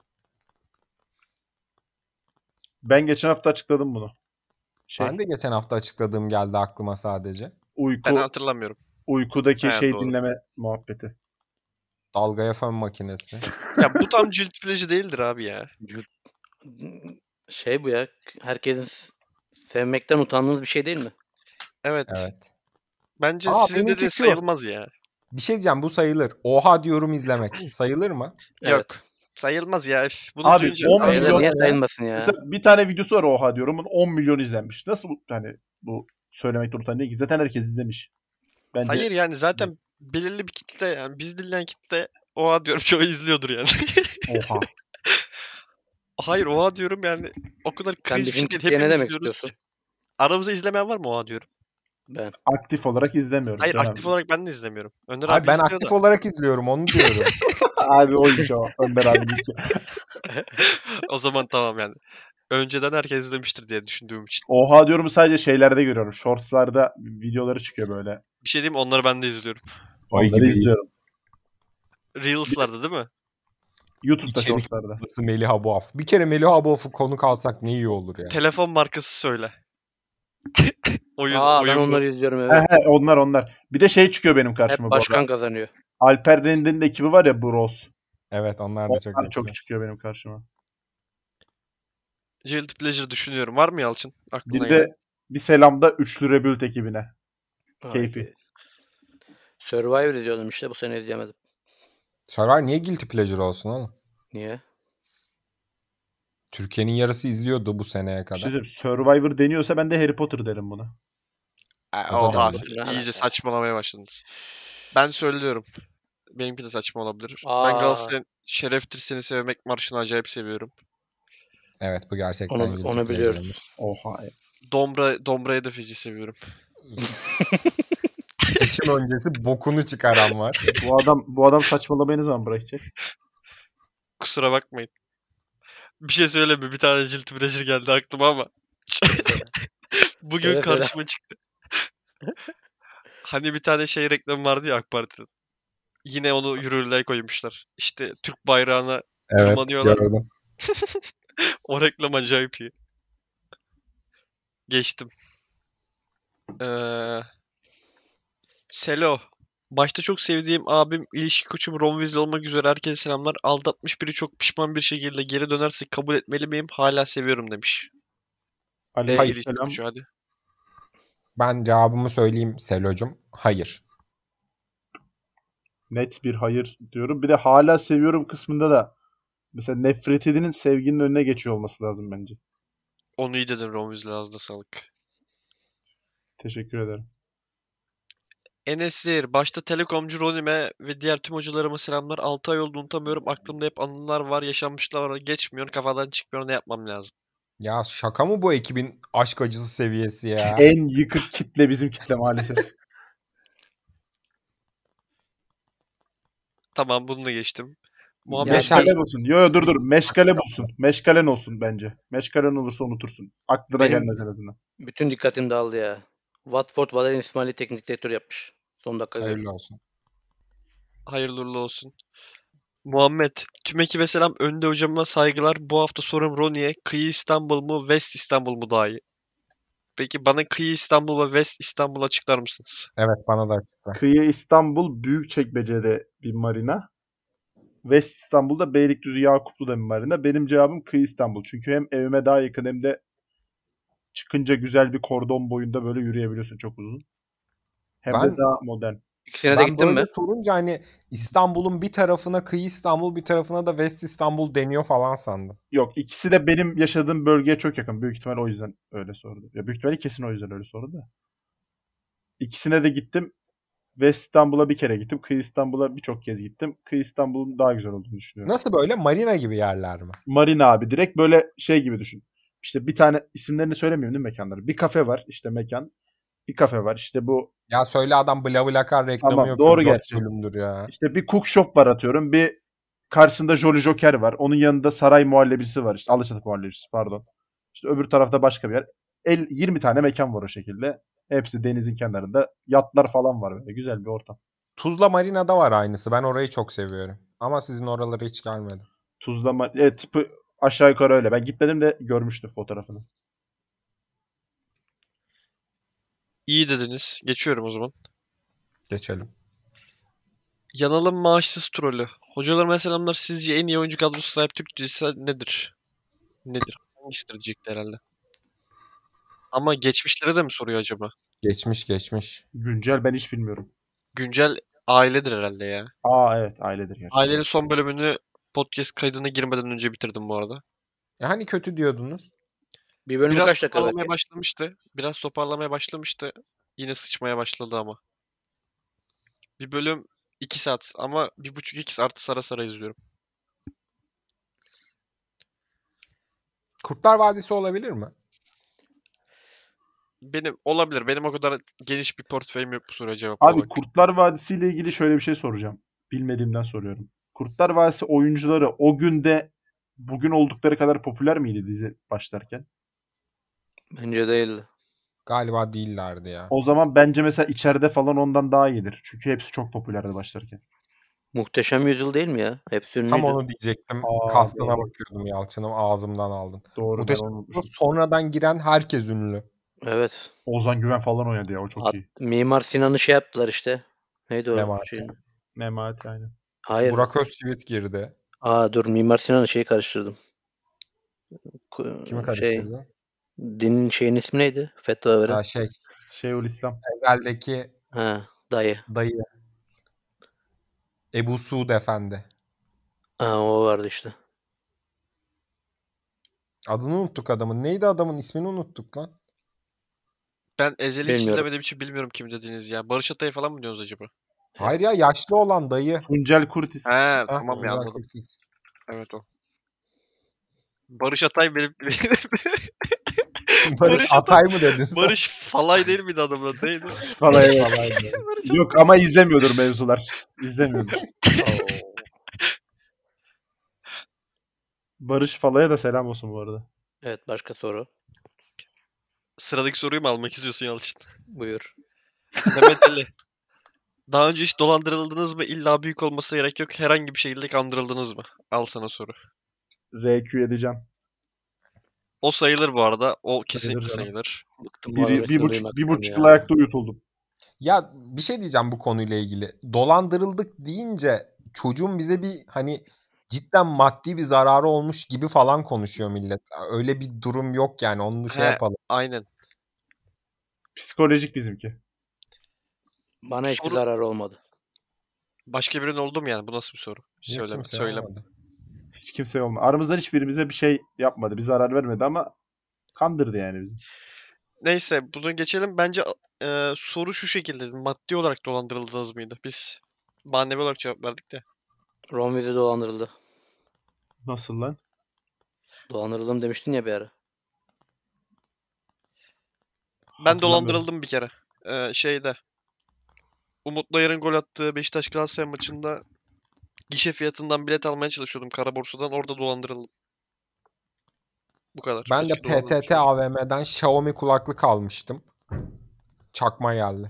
Ben geçen hafta açıkladım bunu. Şey, Ben de geçen hafta açıkladığım geldi aklıma sadece. uyku Ben hatırlamıyorum. uykudaki He, şey doğru. dinleme muhabbeti. Dalgaya fön makinesi. Ya bu tam guilty pleasure değildir abi ya. Şey bu ya herkesin s- sevmekten utandığınız bir şey değil mi? Evet. Evet. Bence Aa, sizin benimki dediğiniz şu. sayılmaz ya. Bir şey diyeceğim bu sayılır. Oha diyorum izlemek. Sayılır mı? Evet. Yok. Sayılmaz ya. Üf, Bunu Abi, duyunca on Sayılır, milyon niye ya. sayılmasın ya? Mesela bir tane videosu var oha diyorum. on milyon izlenmiş. Nasıl bu, hani bu söylemekte utanıyor ki? Zaten herkes izlemiş. Bence Hayır yani zaten belirli bir kitle yani biz dinleyen kitle oha diyorum çoğu izliyordur yani. oha. Hayır oha diyorum yani o kadar Sen cringe bir bizim şey değil. kitleye ne Hepimiz demek izliyoruz istiyorsun? ki. Aramızda izlemeyen var mı oha diyorum? Ben. Aktif olarak izlemiyorum. Hayır Dönem. aktif olarak ben de izlemiyorum. Önder Abi abi ben izliyor aktif da. olarak izliyorum onu diyorum. Abi oymuş o. Önder abinki. O zaman tamam yani. Önceden herkes izlemiştir diye düşündüğüm için. Oha diyorum, sadece şeylerde görüyorum. Shorts'larda videoları çıkıyor böyle. Bir şey diyeyim mi? Onları ben de izliyorum. Ay Onları gibi izliyorum. Reels'larda değil mi? YouTube'da içerik Shorts'larda. yapısı Melih Abuaf. Bir kere Melih Abuaf'ı konuk alsak ne iyi olur ya. Telefon markası söyle. oyun Aa ben oyun bu. onları izliyorum He evet. he, onlar onlar. Bir de şey çıkıyor benim Hep karşıma bu başkan arada. kazanıyor. Alper Rende'nin ekibi var ya, Bros. Evet onlar da çok Onlar yapıyor. çok çıkıyor benim karşıma. Guilty Pleasure düşünüyorum. Var mı Yalçın? Aklına Bir gelen. de bir selam da Üçlü Rebuild ekibine. Keyfi. Haydi. Survivor izliyordum işte bu sene izleyemedim. Survivor niye guilty pleasure olsun oğlum? Niye? Türkiye'nin yarısı izliyordu bu seneye Bir kadar. şey söyleyeyim, Survivor deniyorsa ben de Harry Potter derim buna. Aa, O da oha doğru. siz Ne iyice alaka? saçmalamaya başladınız. Ben söylüyorum. Benimki de saçma olabilir. Ben Aa, Galatasaray'ın Şereftir Seni Sevmek marşını acayip seviyorum. Evet bu gerçekten onu guilty onu biliyoruz. pleasure'mış. Oha. Dombra, Dombra'yı da feci seviyorum. Seçim öncesi bokunu çıkaran var. Bu adam bu adam saçmalamayı ne zaman bırakacak? Kusura bakmayın. Bir şey söyle mi? Bir tane Guilty Pleasure geldi aklıma ama. Bugün Söyle, söyle. karşıma çıktı. Hani bir tane şey reklamı vardı ya AK Parti'nin. Yine onu yürürlüğe koymuşlar. İşte Türk bayrağına Evet tırmanıyorlar. gördüm. O reklam acayip iyi. Geçtim. Ee, Selo. Başta çok sevdiğim abim, ilişki koçum Ron Weasley olmak üzere herkese selamlar. Aldatmış biri çok pişman bir şekilde geri dönerse kabul etmeli miyim? Hala seviyorum demiş. E, ilişki Aleykümselam. koçu hadi. Ben cevabımı söyleyeyim Selo'cum. Hayır. Net bir hayır diyorum. Bir de hala seviyorum kısmında da mesela nefret edenin sevginin önüne geçiyor olması lazım bence. Onu iyi dedin Ron Weasley, ağzına sağlık. Teşekkür ederim. Enes Zehir. Başta telekomcu Ronime ve diğer tüm hocalarıma selamlar. altı ay oldu unutamıyorum. Aklımda hep anılar var, yaşanmışlar var. Geçmiyor, kafadan çıkmıyor. Ne yapmam lazım? Ya şaka mı bu ekibin aşk acısı seviyesi ya? En yıkık kitle bizim kitle maalesef. Tamam bunu da geçtim. Muhammed Ya Meşgale şey- bulsun. Yo yo dur dur. Meşgale bulsun. Meşgalen olsun bence. Meşgalen olursa unutursun. Aklına Benim- gelmez en azından. Bütün dikkatim dağıldı ya. Watford Valerian İsmail'i teknik direktör yapmış. Son dakika göre. Hayırlı olsun. hayırlı uğurlu olsun. Muhammed. Tüm ekibe selam. Önde hocama saygılar. Bu hafta sorum Ronnie'ye. Kıyı İstanbul mu, West İstanbul mu daha iyi? Peki bana Kıyı İstanbul ve West İstanbul açıklar mısınız? Evet bana da açıkla. Kıyı İstanbul Büyükçekmece'de bir marina. West İstanbul'da Beylikdüzü Yakuplu'da bir marina. Benim cevabım Kıyı İstanbul. Çünkü hem evime daha yakın hem de çıkınca güzel bir kordon boyunda böyle yürüyebiliyorsun çok uzun. Hem Ben- de daha modern. İkisine de Ben gittin böyle mi? sorunca hani İstanbul'un bir tarafına kıyı İstanbul bir tarafına da West İstanbul deniyor falan sandım. Yok, ikisi de benim yaşadığım bölgeye çok yakın. Büyük ihtimal o yüzden öyle sordu. Ya büyük ihtimalle kesin o yüzden öyle sordu da. İkisine de gittim. West İstanbul'a bir kere gittim. Kıyı İstanbul'a birçok kez gittim. Kıyı İstanbul'un daha güzel olduğunu düşünüyorum. Nasıl böyle marina gibi yerler mi? Marina abi, direkt böyle şey gibi düşün. İşte bir tane, isimlerini söylemiyorum değil mi mekanları? Bir kafe var işte mekan. Bir kafe var işte bu, Ya söyle adam BlaBlaCar reklamı Tamam, yapıyor. doğru dört gerçi. bölümdür ya. işte bir cook shop var atıyorum. Bir karşısında Jolly Joker var. Onun yanında Saray Muhallebisi var. İşte Alaçatı Muhallebisi pardon. İşte öbür tarafta başka bir yer. El, yirmi tane mekan var o şekilde. Hepsi denizin kenarında. Yatlar falan var böyle. Güzel bir ortam. Tuzla Marina'da var aynısı. Ben orayı çok seviyorum. Ama sizin oralara hiç gelmedim. Tuzlama. Evet, tipi aşağı yukarı öyle. Ben gitmedim de görmüştüm fotoğrafını. İyi dediniz. Geçiyorum o zaman. Geçelim. Yanalım maaşsız trolü. Hocalarıma selamlar. Sizce en iyi oyuncu kadrosu sahip Türk dizisi nedir? Nedir? Hangisidir diyecekti herhalde. Ama geçmişlere de mi soruyor acaba? Geçmiş geçmiş. Güncel ben hiç bilmiyorum. Güncel ailedir herhalde ya. Aa evet, ailedir gerçekten. Ailenin son bölümünü podcast kaydına girmeden önce bitirdim bu arada. E hani kötü diyordunuz? Bir bölümü Biraz kaç dakika toparlamaya belki? başlamıştı. Biraz toparlamaya başlamıştı. Yine sıçmaya başladı ama. Bir bölüm iki saat ama bir buçuk iki saat sara sara izliyorum. Kurtlar Vadisi olabilir mi? Benim olabilir. Benim o kadar geniş bir portföyüm yok bu soruya cevap Abi olarak. Kurtlar Vadisi ile ilgili şöyle bir şey soracağım. Bilmediğimden soruyorum. Kurtlar Vadisi oyuncuları o günde bugün oldukları kadar popüler miydi dizi başlarken? Bence değildi. Galiba değillerdi ya. O zaman bence mesela içeride falan ondan daha iyidir. Çünkü hepsi çok popülerdi başlarken. Muhteşem Yüzyıl değil mi ya? Hepsi Tam ünlüydü. onu diyecektim. Aa, Kastına doğru. bakıyordum Yalçın'ım, ağzımdan aldın. Doğru, ben Muhteşem onu Yüzyıl unutmuşum. sonradan giren herkes ünlü. Evet. Ozan Güven falan oynadı ya, o çok At, iyi. Mimar Sinan'ı şey yaptılar işte. Neydi o Memati. şeyin? Memati aynen. Hayır. Burak Özçivit girdi. Aa dur, Mimar Sinan'ı şeyi karıştırdım. Ku- Kimi Şey, karıştırdı? dinin şeyin ismi neydi? Fetva veren. Ha, şey, Şeyhülislam. Ezel'deki Ha, dayı. dayı. Ebu Suud Efendi. Ha, o vardı işte. Adını unuttuk adamın. Neydi adamın ismini unuttuk lan. Ben Ezel'i hiç Bilmiyorum. izlemediğim için bilmiyorum kim dediğiniz ya. Barış Atay'ı falan mı diyorsunuz acaba? Hayır ya, yaşlı olan dayı. Tuncel Kurtiz. He Ha, tamam ya Burak anladım. Özçivit. Evet o. Barış Atay benim... Barış Barış Atay. Atay mı dedin sen? Barış Falay değil miydi adamın adı? Neydi? Falan evet. Falan dedi. Yok ama izlemiyordur mevzular. İzlemiyordur. Oo. Barış Fala'ya da selam olsun bu arada. Evet, başka soru. Sıradaki soruyu mu almak istiyorsun Yalçın? Buyur. Mehmet Ali. Daha önce hiç dolandırıldınız mı? İlla büyük olması gerek yok. Herhangi bir şekilde kandırıldınız mı? Al sana soru. R Q edeceğim. O sayılır bu arada. O Sayılır kesinlikle canım. sayılır. Bıktım bu adam Bir, bir, ismini buçuk, bir duymaktan buçuk ya. yıl ayakta uyutuldum. Ya bir şey diyeceğim bu konuyla ilgili. Dolandırıldık deyince çocuğun bize bir hani cidden maddi bir zararı olmuş gibi falan konuşuyor millet. Öyle bir durum yok yani. Onu şey He, yapalım. aynen. Psikolojik bizimki. Bana hiçbir Soru zararı olmadı. başka birinin oldu mu yani? Bu nasıl bir soru? Yok, Söyleme, kimse söyleme. olmadı. Hiç kimse olmadı. Aramızdan hiçbirimize bir şey yapmadı. Bir zarar vermedi ama kandırdı yani bizi. Neyse bunu geçelim. Bence e, soru şu şekilde. Maddi olarak dolandırıldınız mıydı? Biz manevi olarak cevap verdik de. Romvizi dolandırıldı. Nasıl lan? Dolandırıldım demiştin ya bir ara. Ben Hatırlamıyorum. dolandırıldım bir kere. E, şeyde. Umut Nayır'ın gol attığı Beşiktaş Galatasaray maçında gişe fiyatından bilet almaya çalışıyordum kara borsadan. Orada dolandırıldım. Bu kadar. Ben de Başka dolandırılmış P T T değilim. A V M'den Xiaomi kulaklık almıştım. Çakma geldi.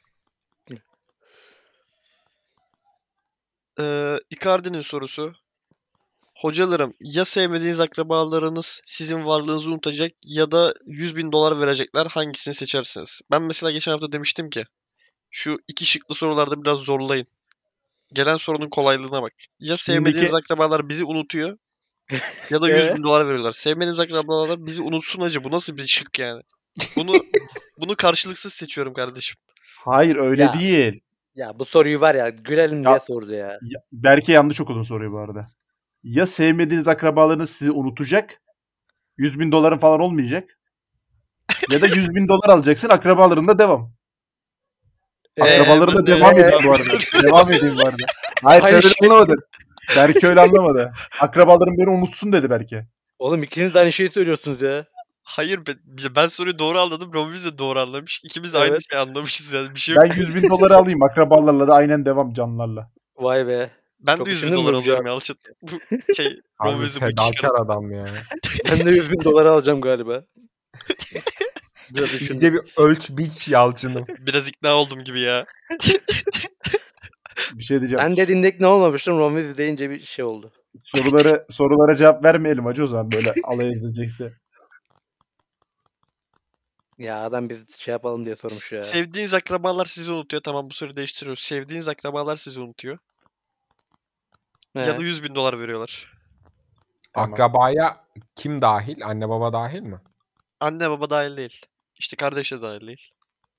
Ee, Icardi'nin sorusu. Hocalarım, ya sevmediğiniz akrabalarınız sizin varlığınızı unutacak ya da yüz bin dolar verecekler, hangisini seçersiniz? Ben mesela geçen hafta demiştim ki şu iki şıklı sorularda biraz zorlayın. Gelen sorunun kolaylığına bak. Ya sevmediğiniz Şimdiki akrabalar bizi unutuyor ya da yüz Ee? bin dolar veriyorlar. Sevmediğimiz akrabalar bizi unutsun acı. Bu nasıl bir şık yani? Bunu bunu karşılıksız seçiyorum kardeşim. hayır öyle Ya değil. ya bu soruyu var ya, gülelim diye Ya, sordu ya. ya Berke yanlış okudun soruyu bu arada. Ya sevmediğiniz akrabalarınız sizi unutacak. yüz bin doların falan olmayacak. Ya da yüz bin dolar alacaksın, akrabalarınla devam. Ee, Akrabalarınla ben de- devam edeyim bu arada. Devam edeyim bu arada. Hayır, Hayır, sen öyle şey- anlamadın. Berke öyle anlamadı. Akrabalarım beni unutsun dedi Berke. Oğlum ikiniz de aynı şeyi söylüyorsunuz ya. Hayır ben, ben soruyu doğru anladım. Robiz de doğru anlamış. İkimiz de aynı Evet. şeyi anlamışız yani. Bir şey yok. Ben yüz bin doları alayım, akrabalarla da aynen devam, canlarla. Vay be. Ben Çok de yüz bin düşündün mü dolar bu alıyorum cevap? Yalçın. Bu şey Abi Romiz'i bu iki çıkarsa. fedakar adam ya. Ben de yüz bin doları alacağım galiba. Biraz düşündüm. İyice bir ölç biç Yalçın'ım. Biraz ikna oldum gibi ya. Bir şey diyeceğim. Ben dediğinde ne olmamıştım. Romvizi deyince bir şey oldu. Soruları sorulara cevap vermeyelim hacı o zaman, böyle alay edilecekse. Ya adam biz şey yapalım diye sormuş ya. Sevdiğiniz akrabalar sizi unutuyor. Tamam bu soruyu değiştiriyoruz. Sevdiğiniz akrabalar sizi unutuyor. Ya He. da yüz bin dolar veriyorlar. Tamam. Akrabaya kim dahil? Anne baba dahil mi? Anne baba dahil değil. İşte kardeş de dahil değil.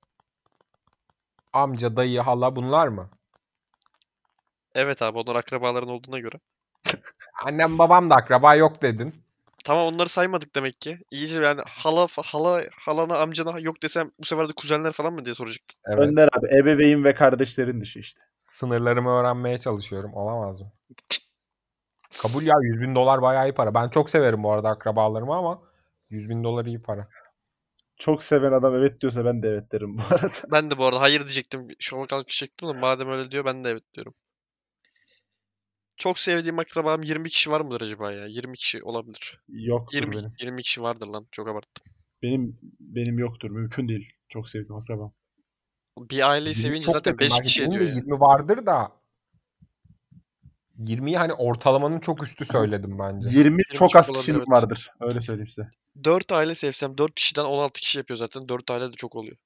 Amca, dayı, hala bunlar mı? Evet abi onlar akrabaların olduğuna göre. Annem babam da akraba yok dedin. Tamam onları saymadık demek ki. İyice yani hala hala halana amcana yok desem bu sefer de kuzenler falan mı diye soracaktın. Evet. Önder abi, ebeveyn ve kardeşlerin dışı işte. Sınırlarımı öğrenmeye çalışıyorum. Olamaz mı? Kabul ya, yüz bin dolar bayağı iyi para. Ben çok severim bu arada akrabalarımı ama yüz bin dolar iyi para. çok seven adam evet diyorsa ben de evet derim bu arada. Ben de bu arada hayır diyecektim. Şova kalkışacaktım da madem öyle diyor ben de evet diyorum. Çok sevdiğim akrabam yirmi kişi var mıdır acaba ya? yirmi kişi olabilir. Yoktur yirmi, benim. yirmi kişi vardır lan. Çok abarttım. Benim benim yoktur. Mümkün değil. Çok sevdiğim akrabam. Bir aileyi yirmi sevince çok zaten yakın. beş Belki kişi benim de ediyor ya. yirmi vardır da yirmiyi hani ortalamanın çok üstü söyledim bence. yirmi çok çok az olabilir, kişinin evet. vardır. Öyle söyleyeyim size. dört aile sevsem dört kişiden on altı kişi yapıyor zaten. dört aile de çok oluyor.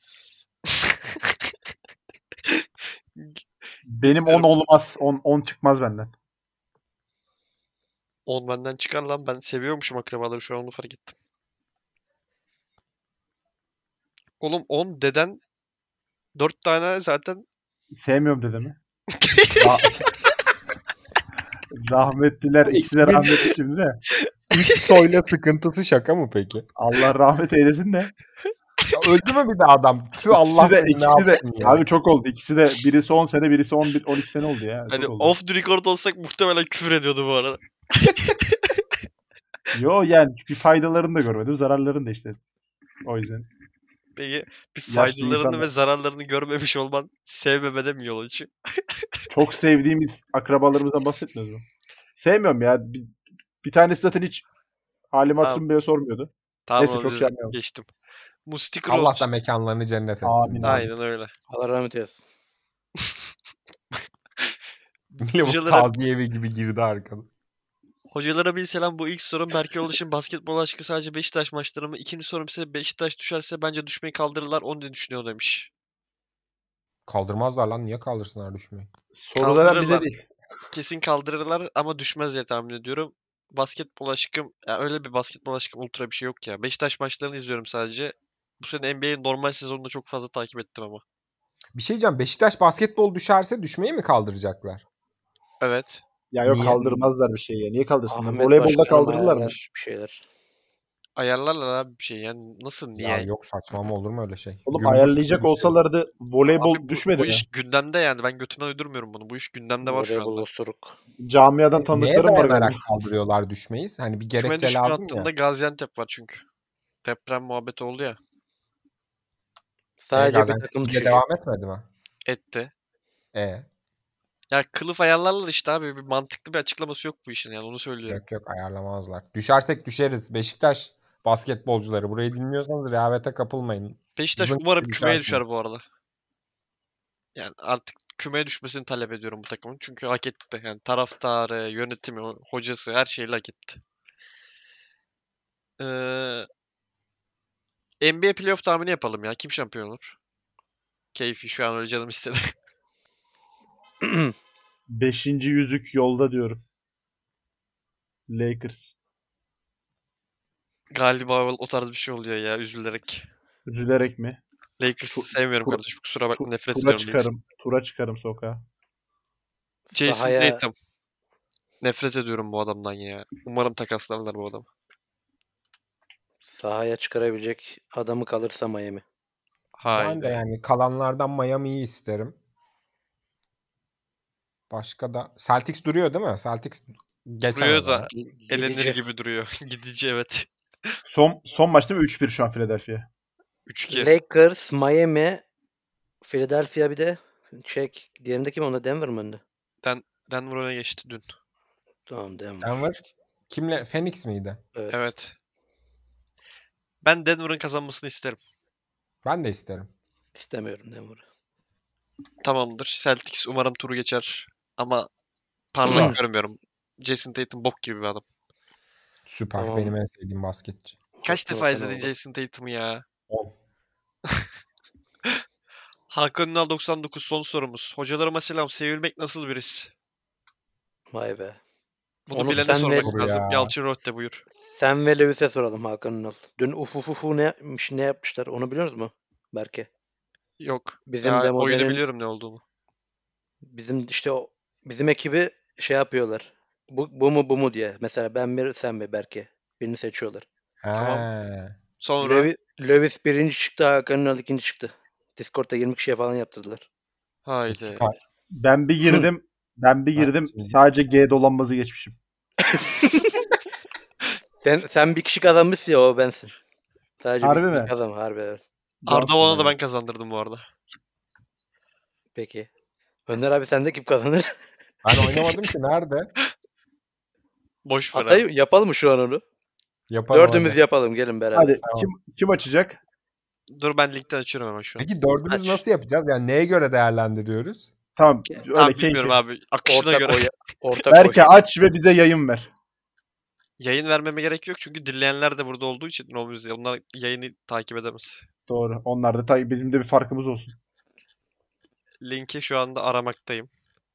Benim on Bilmiyorum. olmaz. on on çıkmaz benden. on benden çıkar lan. Ben seviyormuşum akrabaları şu an onu fark ettim. Oğlum on deden dört tane zaten Sevmiyorum dedemi. Ra- Rahmetliler ikisi de rahmetli şimdi de. Üst soyla sıkıntısı şaka mı peki? Allah rahmet eylesin de. Ya öldü mü bir de adam? Tüh Allah İkisi de seni ne ikisi de yapsın ya? abi çok oldu. İkisi de birisi on sene, birisi on bir on iki sene oldu ya. hani Çok oldu. off the record olsak muhtemelen küfür ediyordu bu arada. Yo yani bir faydalarını da görmedim. Zararlarını da işte. O yüzden. Peki bir Yaşlı faydalarını insanlar- ve zararlarını görmemiş olman sevmemene mi yol açıyor? Çok sevdiğimiz akrabalarımızdan bahsetmiyoruz mu? Sevmiyorum ya. Bir, bir tanesi zaten hiç halim Tamam. hatırımı bile sormuyordu. Tamam Neyse, onu çok biz şey yapmayalım. geçtim. Mustik Allah Roach. da mekanlarını cennet etsin. Amin, ya. Aynen öyle. Allah rahmet eylesin. Lavuk Hocalara- taziye evi gibi girdi arkada. Hocalara bir selam. Bu ilk sorum Berke Yoldaş'ın basketbol aşkı sadece Beşiktaş maçları mı? İkinci sorum ise Beşiktaş düşerse bence düşmeyi kaldırırlar. Onu ne düşünüyor demiş. Kaldırmazlar lan. Niye kaldırsınlar düşmeyi? Soru da bize Kaldırırlar. değil. Kesin kaldırırlar ama düşmez diye tahmin ediyorum. Basketbol aşkım, ya öyle bir basketbol aşkım ultra bir şey yok ya. Beşiktaş maçlarını izliyorum sadece. Bu sene N B A'nin normal sezonunda çok fazla takip ettim ama. Bir şey diyeceğim. Beşiktaş basketbol düşerse düşmeyi mi kaldıracaklar? Evet. Ya yok Niye? kaldırmazlar bir şey ya. Niye kaldırsınlar? Ahmet Voleybolda Başkanım kaldırırlar mı? ayarlar bir şeyler. Ayarlarlar abi bir şey yani. Nasıl niye? Ya yok saçmalama olur mu öyle şey? Oğlum Gümbür ayarlayacak gibi bir şey. olsalardı voleybol Abi bu, düşmedi bu mi? iş gündemde yani. Ben götümden uydurmuyorum bunu. Bu iş gündemde var şu Voleybol anda. osuruk. Camiadan Neye tanıdıklarım var dayanarak galiba. kaldırıyorlar düşmeyiz? Hani bir Küme gerekçe düşme lazım hattında ya. Gaziantep var çünkü. Deprem muhabbeti oldu ya. E, Sadece bir Gaziantep takım lige düşecek. devam etmedi mi? Etti. E Ya kılıf ayarlarlar işte abi. Bir mantıklı bir açıklaması yok bu işin yani onu söylüyorum. yok yok ayarlamazlar. Düşersek düşeriz. Beşiktaş basketbolcuları burayı dinliyorsanız rehavete kapılmayın. Beşiktaş Zınk umarım gibi kümeye düşersiniz. düşer bu arada. Yani artık kümeye düşmesini talep ediyorum bu takımın. Çünkü hak etti. Yani taraftarı, yönetimi, hocası her şeyle hak etti. Ee, N B A playoff tahmini yapalım ya. Kim şampiyon olur? Keyfi şu an öyle canım istedi. Beşinci yüzük yolda diyorum. Lakers. Galiba o tarz bir şey oluyor ya üzülerek. Üzülerek mi? Lakers'ı Tu- sevmiyorum tu- kardeşim. Kusura bakma Tu- nefret tura ediyorum Lakers'tan. çıkarım. Tura çıkarım sokağa. Jason Sahaya, Tatum. Nefret ediyorum bu adamdan ya. Umarım takaslarlar bu adamı. sahaya çıkarabilecek adamı kalırsa Miami. Ben de Haydi. yani kalanlardan Miami'yi isterim. Başka da Celtics duruyor değil mi? Celtics geçemez Duruyor da ama. Gi- elenir Gidici. gibi duruyor. Gidici evet. Son son maç değil mi? üç bir şu an Philadelphia. üç iki. Lakers, Miami, Philadelphia bir de şey diğerinde kim onda Denver mı önde? Denver öne geçti dün. Tamam Denver. Denver kimle? Phoenix miydi? Evet. Evet. Ben Denver'ın kazanmasını isterim. Ben de isterim. İstemiyorum Denver'ı. Tamamdır. Celtics umarım turu geçer. Ama parlak görmüyorum. Jason Tatum bok gibi bir adam. Süper. Tamam. Benim en sevdiğim basketçi. Kaç Çok defa muhtemel izledin oldu. Jason Tatum'u ya? on. Hakan Ünal doksan dokuz son sorumuz. Hocalarıma selam. Sevilmek nasıl bir his? Vay be. Bunu Onu bilene sen sormak ver- lazım. Ya. Yalçın Rotte buyur. Sen ve Lewis'e soralım Hakan Ünal. Dün uf uf ufu ne yapmış, ne yapmışlar onu biliyor musun Berke? Yok. Bizim Ya, demodenin- oyunu biliyorum ne olduğunu. Bizim işte o bizim ekibi şey yapıyorlar. Bu, bu mu bu mu diye. Mesela ben bir sen mi Berke. Birini seçiyorlar. Tamam. He. Sonra Lewis, Lewis birinci çıktı, Hakan Ünal ikinci çıktı. Discord'da yirmi kişiye falan yaptırdılar. haydi. Süper. Ben bir girdim. Ben bir Ben girdim. şimdi- Sadece G dolanmazı geçmişim. Sen sen bir kişi kazanmışsın ya o bensin. Sadece Harbi bir, bir mi? kazan harbi evet. Arda Cansın Von'a da aga. ben kazandırdım bu arada. Peki. Önder abi sende kim kazanır? Ben oynamadım ki nerede? Boş ver abi. Atayım yapalım mı şu an onu? Yaparım Dördümüz hadi. yapalım gelin beraber. Hadi Tamam. kim kim açacak? Dur ben linkten açıyorum hemen şu an. Peki dördümüz Aç. nasıl yapacağız? Yani neye göre değerlendiriyoruz? Tamam Ki- öyle Tam keyfi. bilmiyorum abi. Akışına Ortak göre. oy. Ortak oy. Berke aç ve bize yayın ver. Yayın vermeme gerek yok çünkü dinleyenler de burada olduğu için Rome Müziği. Onlar yayını takip edemez. Doğru. Onlar da tabii bizim de bir farkımız olsun. Linki şu anda aramaktayım.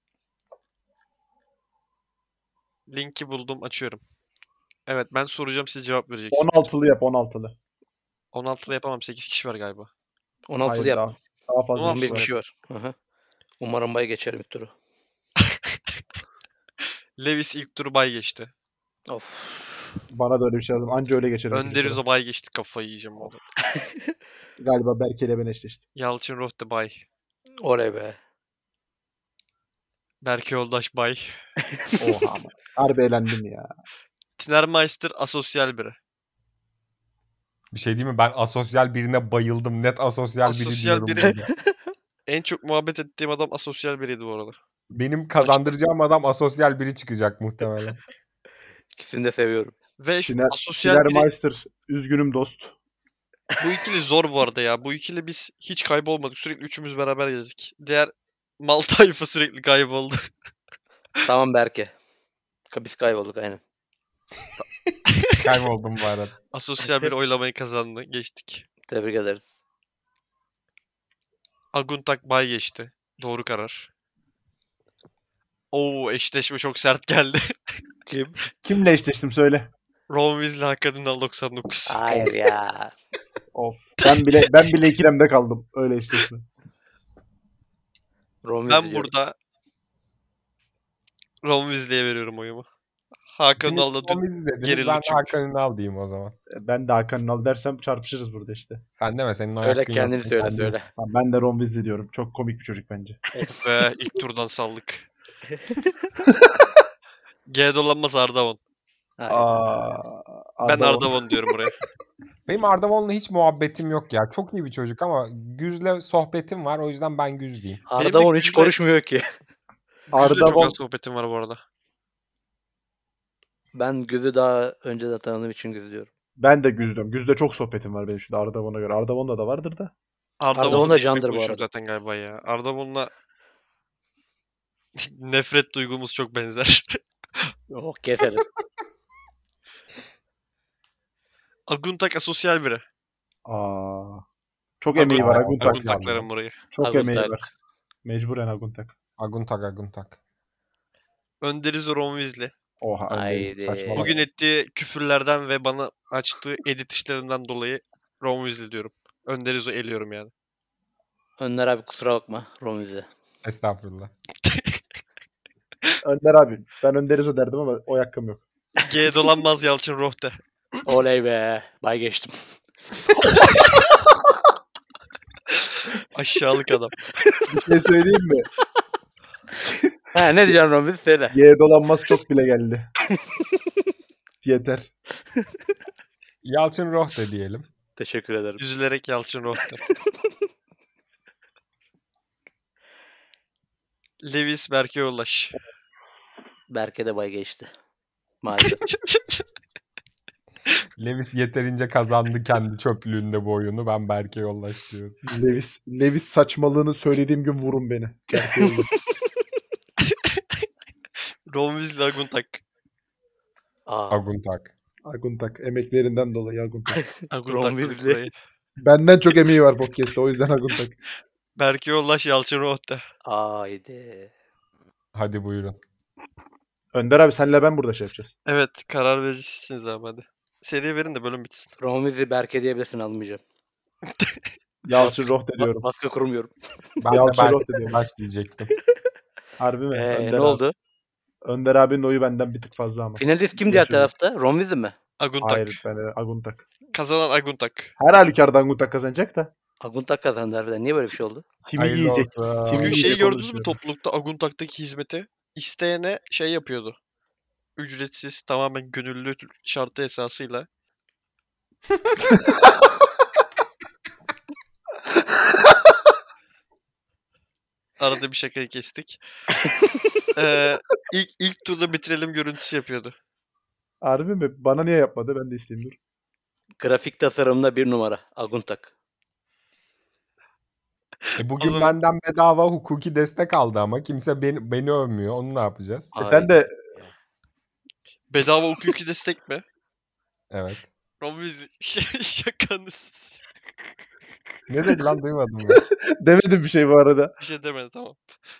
Linki buldum, açıyorum. Evet, ben soracağım, siz cevap vereceksiniz. on altılı yap on altılı. on altılı yapamam, sekiz kişi var galiba. on altılı Hayır yap. daha, daha fazla on on altılı bir kişi kişi var. var. Hı hı. Umarım bay geçerim ilk turu. Lewis ilk turu bay geçti. Of. Bana da öyle bir şey lazım. Anca öyle geçerim. ikinci Önderiz tura. o bay geçti, kafayı yiyeceğim orada. Galiba Berke ile ben eşleştim. Yalçın Rohde bay. Oley be. Berke Yoldaş bay. Oha ama. Harbi eğlendim ya. Tinermeister asosyal biri. Bir şey değil mi? Ben asosyal birine bayıldım. Net asosyal, biri Asosyal diyorum biri- burada. En çok muhabbet ettiğim adam asosyal biriydi bu arada. Benim kazandıracağım adam asosyal biri çıkacak muhtemelen. İkisini de seviyorum. Ve Şiner, asosyal biri, Şinermeister. Üzgünüm dost. bu ikili zor bu arada ya. Bu ikili biz hiç kaybolmadık. Sürekli üçümüz beraber gezdik. Diğer mal tayfa sürekli kayboldu. Tamam Berke. Biz kaybolduk aynen. Kayboldum bu arada. Asosyal bir oylamayı kazandı. Geçtik. Tebrik ederiz. Aguntak bay geçti. Doğru karar. Oo, eşleşme çok sert geldi. Kim? Kimle eşleştim söyle. Ron Weasley Hakan Ünal doksan dokuz. Hayır ya. Of. Ben bile ben bile ikilemde kaldım. Öyle eşleşme. Ron Ben Weasley burada Ron Weasley'e veriyorum oyumu. Hakan Şimdi Ünal da dün Tomiz dediniz. gerildi Ben de çünkü. Hakan Ünal diyeyim o zaman. Ben de Hakan Ünal dersem çarpışırız burada işte. Sen deme, senin o Söyle hakkın yok. kendini Sen söyle kendin- söyle. Tamam, ben de Ron Weasley diyorum. Çok komik bir çocuk bence. Ve ilk turdan saldık. G dolanmaz Ardavon. Hayır. Aa, Ben Ardavon. Ardavon diyorum buraya. Benim Ardavon'la hiç muhabbetim yok ya. Çok iyi bir çocuk ama Güz'le sohbetim var. O yüzden ben Güz diyeyim. Benim de Ardavon hiç Güz'le- konuşmuyor ki. Güzle çok Ardavon az sohbetim var bu arada. Ben Güz'ü daha önce de tanıdığım için Güz diyorum. ben de Güzdüm. Güzde çok sohbetim var benim şimdi Ardavon'a göre. Ardavon'da da vardır da. Ardavon Ardavon da da benimle candır bu konuşuyor arada. zaten galiba ya. Ardavon'la nefret duygumuz çok benzer. Oh keselim. Aguntak asosyal biri. Aa. Çok emeği var Aguntak. Aguntak. Aguntak. Aguntaklarım burayı. Çok Aguntak. emeği var. Mecburen Aguntak. Aguntak Aguntak. Önderiz Ron Weasley. Oha. Haydi. Haydi. Saçmalama. Bugün ettiği küfürlerden ve bana açtığı edit işlerinden dolayı Ron Weasley diyorum. Önderiz'i eliyorum yani. Önder abi kusura bakma. Ron Weasley. Estağfurullah. Önder abi. Ben Önder'iz o derdim ama o hakkım yok. G dolanmaz Yalçın Rohde. Oley be. Bay geçtim. Aşağılık adam. Bir şey söyleyeyim mi? Ha ne diyeceksin Ron Weasley söyle. G dolanmaz çok bile geldi. Yeter. Yalçın Rohde diyelim. Teşekkür ederim. Üzülerek Yalçın Rohde. Lewis Berke Yolaş. Berke de bay geçti. Maalesef. Lewis yeterince kazandı kendi çöplüğünde bu oyunu. Ben Berke Yollaş diyorum. Lewis, Lewis saçmalığını söylediğim gün vurun beni. Berke yolda. Ron Weasley Aguntak. Aa, Aguntak. Aguntak. Emeklerinden dolayı Aguntak. Aguntak Ron dedik Weasley. burayı. Benden çok emeği var podcast'te. O yüzden Aguntak. Berke Yolaş Yalçın Rohde. haydi. Hadi buyurun. Önder abi senle ben burada şey yapacağız. Evet, karar vericisiniz abi hadi. Seri verin de bölüm bitsin. Ron Weasley Berke diyebilirsin almayacağım. Yalçın Rohde Ba- diyorum. baskı kurmuyorum. Ben de Yalçın Berke Rohde diyorum. Yollaş diyecektim. Harbi mi? Ee, Önder ne abi. oldu? Önder abinin oyu benden bir tık fazla ama. Finalist kim diğer Geçiyorum. tarafta? Ron Weasley mi? Aguntak. Hayır ben de Aguntak. Kazanan Aguntak. Her halükarda Aguntak kazanacak da. Aguntak kazandı harbiden. Niye böyle bir şey oldu? Kimi Hayırlı yiyecek? olsun. Kimi Bugün yiyecek şeyi onu gördünüz mü düşünüyorum. toplulukta Aguntak'taki hizmeti? İsteyene şey yapıyordu. Ücretsiz, tamamen gönüllü şartı esasıyla Arada bir şakayı kestik. Ee, ilk ilk turda bitirelim görüntüsü yapıyordu. Harbi mi? Bana niye yapmadı? Ben de isteyeyim dur. Grafik tasarımda bir numara. Aguntak. E bugün zaman- benden bedava hukuki destek aldı ama kimse beni, beni övmüyor. Onu ne yapacağız? E sen de Bedava hukuki destek mi? Evet. Romiz şakanız. Ne dedi lan duymadım ben. demedim bir şey bu arada. Bir şey demedi tamam.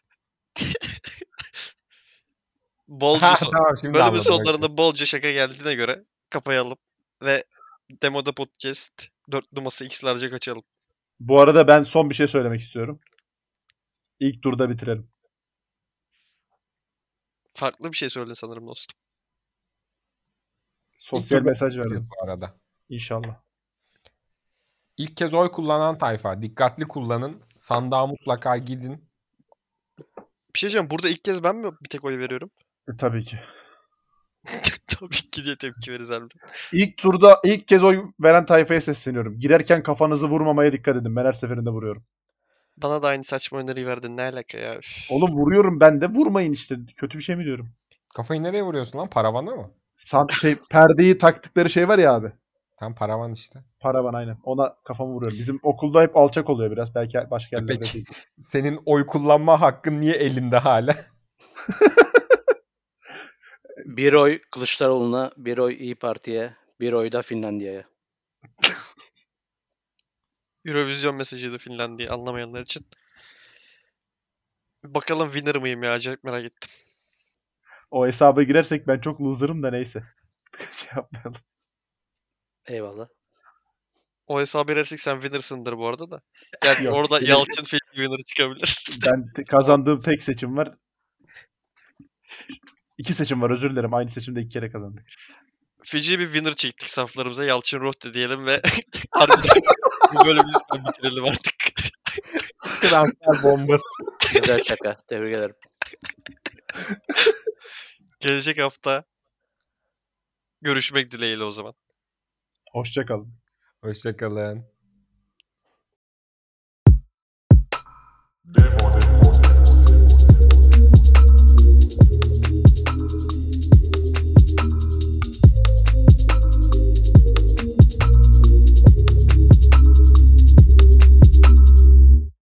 Bolca Ha, son- tamam şimdi bölümün anladım. okey. sonlarında bolca şaka geldiğine göre kapayalım ve Demoda Podcast dörtlü masa X'lerce kaçalım. Bu arada ben son bir şey söylemek istiyorum. İlk turda bitirelim. Farklı bir şey söyledin sanırım dostum. İlk Sosyal turda mesaj bitiririz verdim. bu arada. İnşallah. İlk kez oy kullanan tayfa. Dikkatli kullanın. Sandığa mutlaka gidin. Bir şey diyeceğim. Burada ilk kez ben mi bir tek oy veriyorum? E, tabii ki. Tabii ki diye tepki veririz harbiden. İlk turda ilk kez oy veren tayfaya sesleniyorum. Girerken kafanızı vurmamaya dikkat edin. Ben her seferinde vuruyorum. Bana da aynı saçma öneriyi verdin. Ne alaka ya? Üf. Oğlum vuruyorum ben de. Vurmayın işte. Kötü bir şey mi diyorum? Kafayı nereye vuruyorsun lan? Paravana mı? San, şey perdeyi taktıkları şey var ya abi. Tam paravan işte. Paravan aynen. Ona kafamı vuruyorum. Bizim okulda hep alçak oluyor biraz. Belki başka E yerlerde peki değil. senin oy kullanma hakkın niye elinde hala? Bir oy Kılıçdaroğlu'na, bir oy İyi Parti'ye, bir oy da Finlandiya'ya. Eurovision mesajıydı Finlandiya anlamayanlar için. Bakalım winner mıyım ya? Acayip merak ettim. O hesaba girersek ben çok loser'ım da neyse. şey yapmayalım. Eyvallah. O hesabı verersek sen winner'sındır bu arada da. Yani Yok, orada yine- Yalçın fake winner çıkabilir. Ben te- kazandığım tek seçim var. İki seçim var özür dilerim. Aynı seçimde iki kere kazandık. Fiji bir winner çektik saflarımıza. Yalçın Rohde diyelim ve harbiden bu bölümü lütfen bitirelim artık. Transfer bombası. Güzel şaka. Tebrik ederim. Gelecek hafta görüşmek dileğiyle o zaman. Hoşça kalın. Hoşçakalın. Demo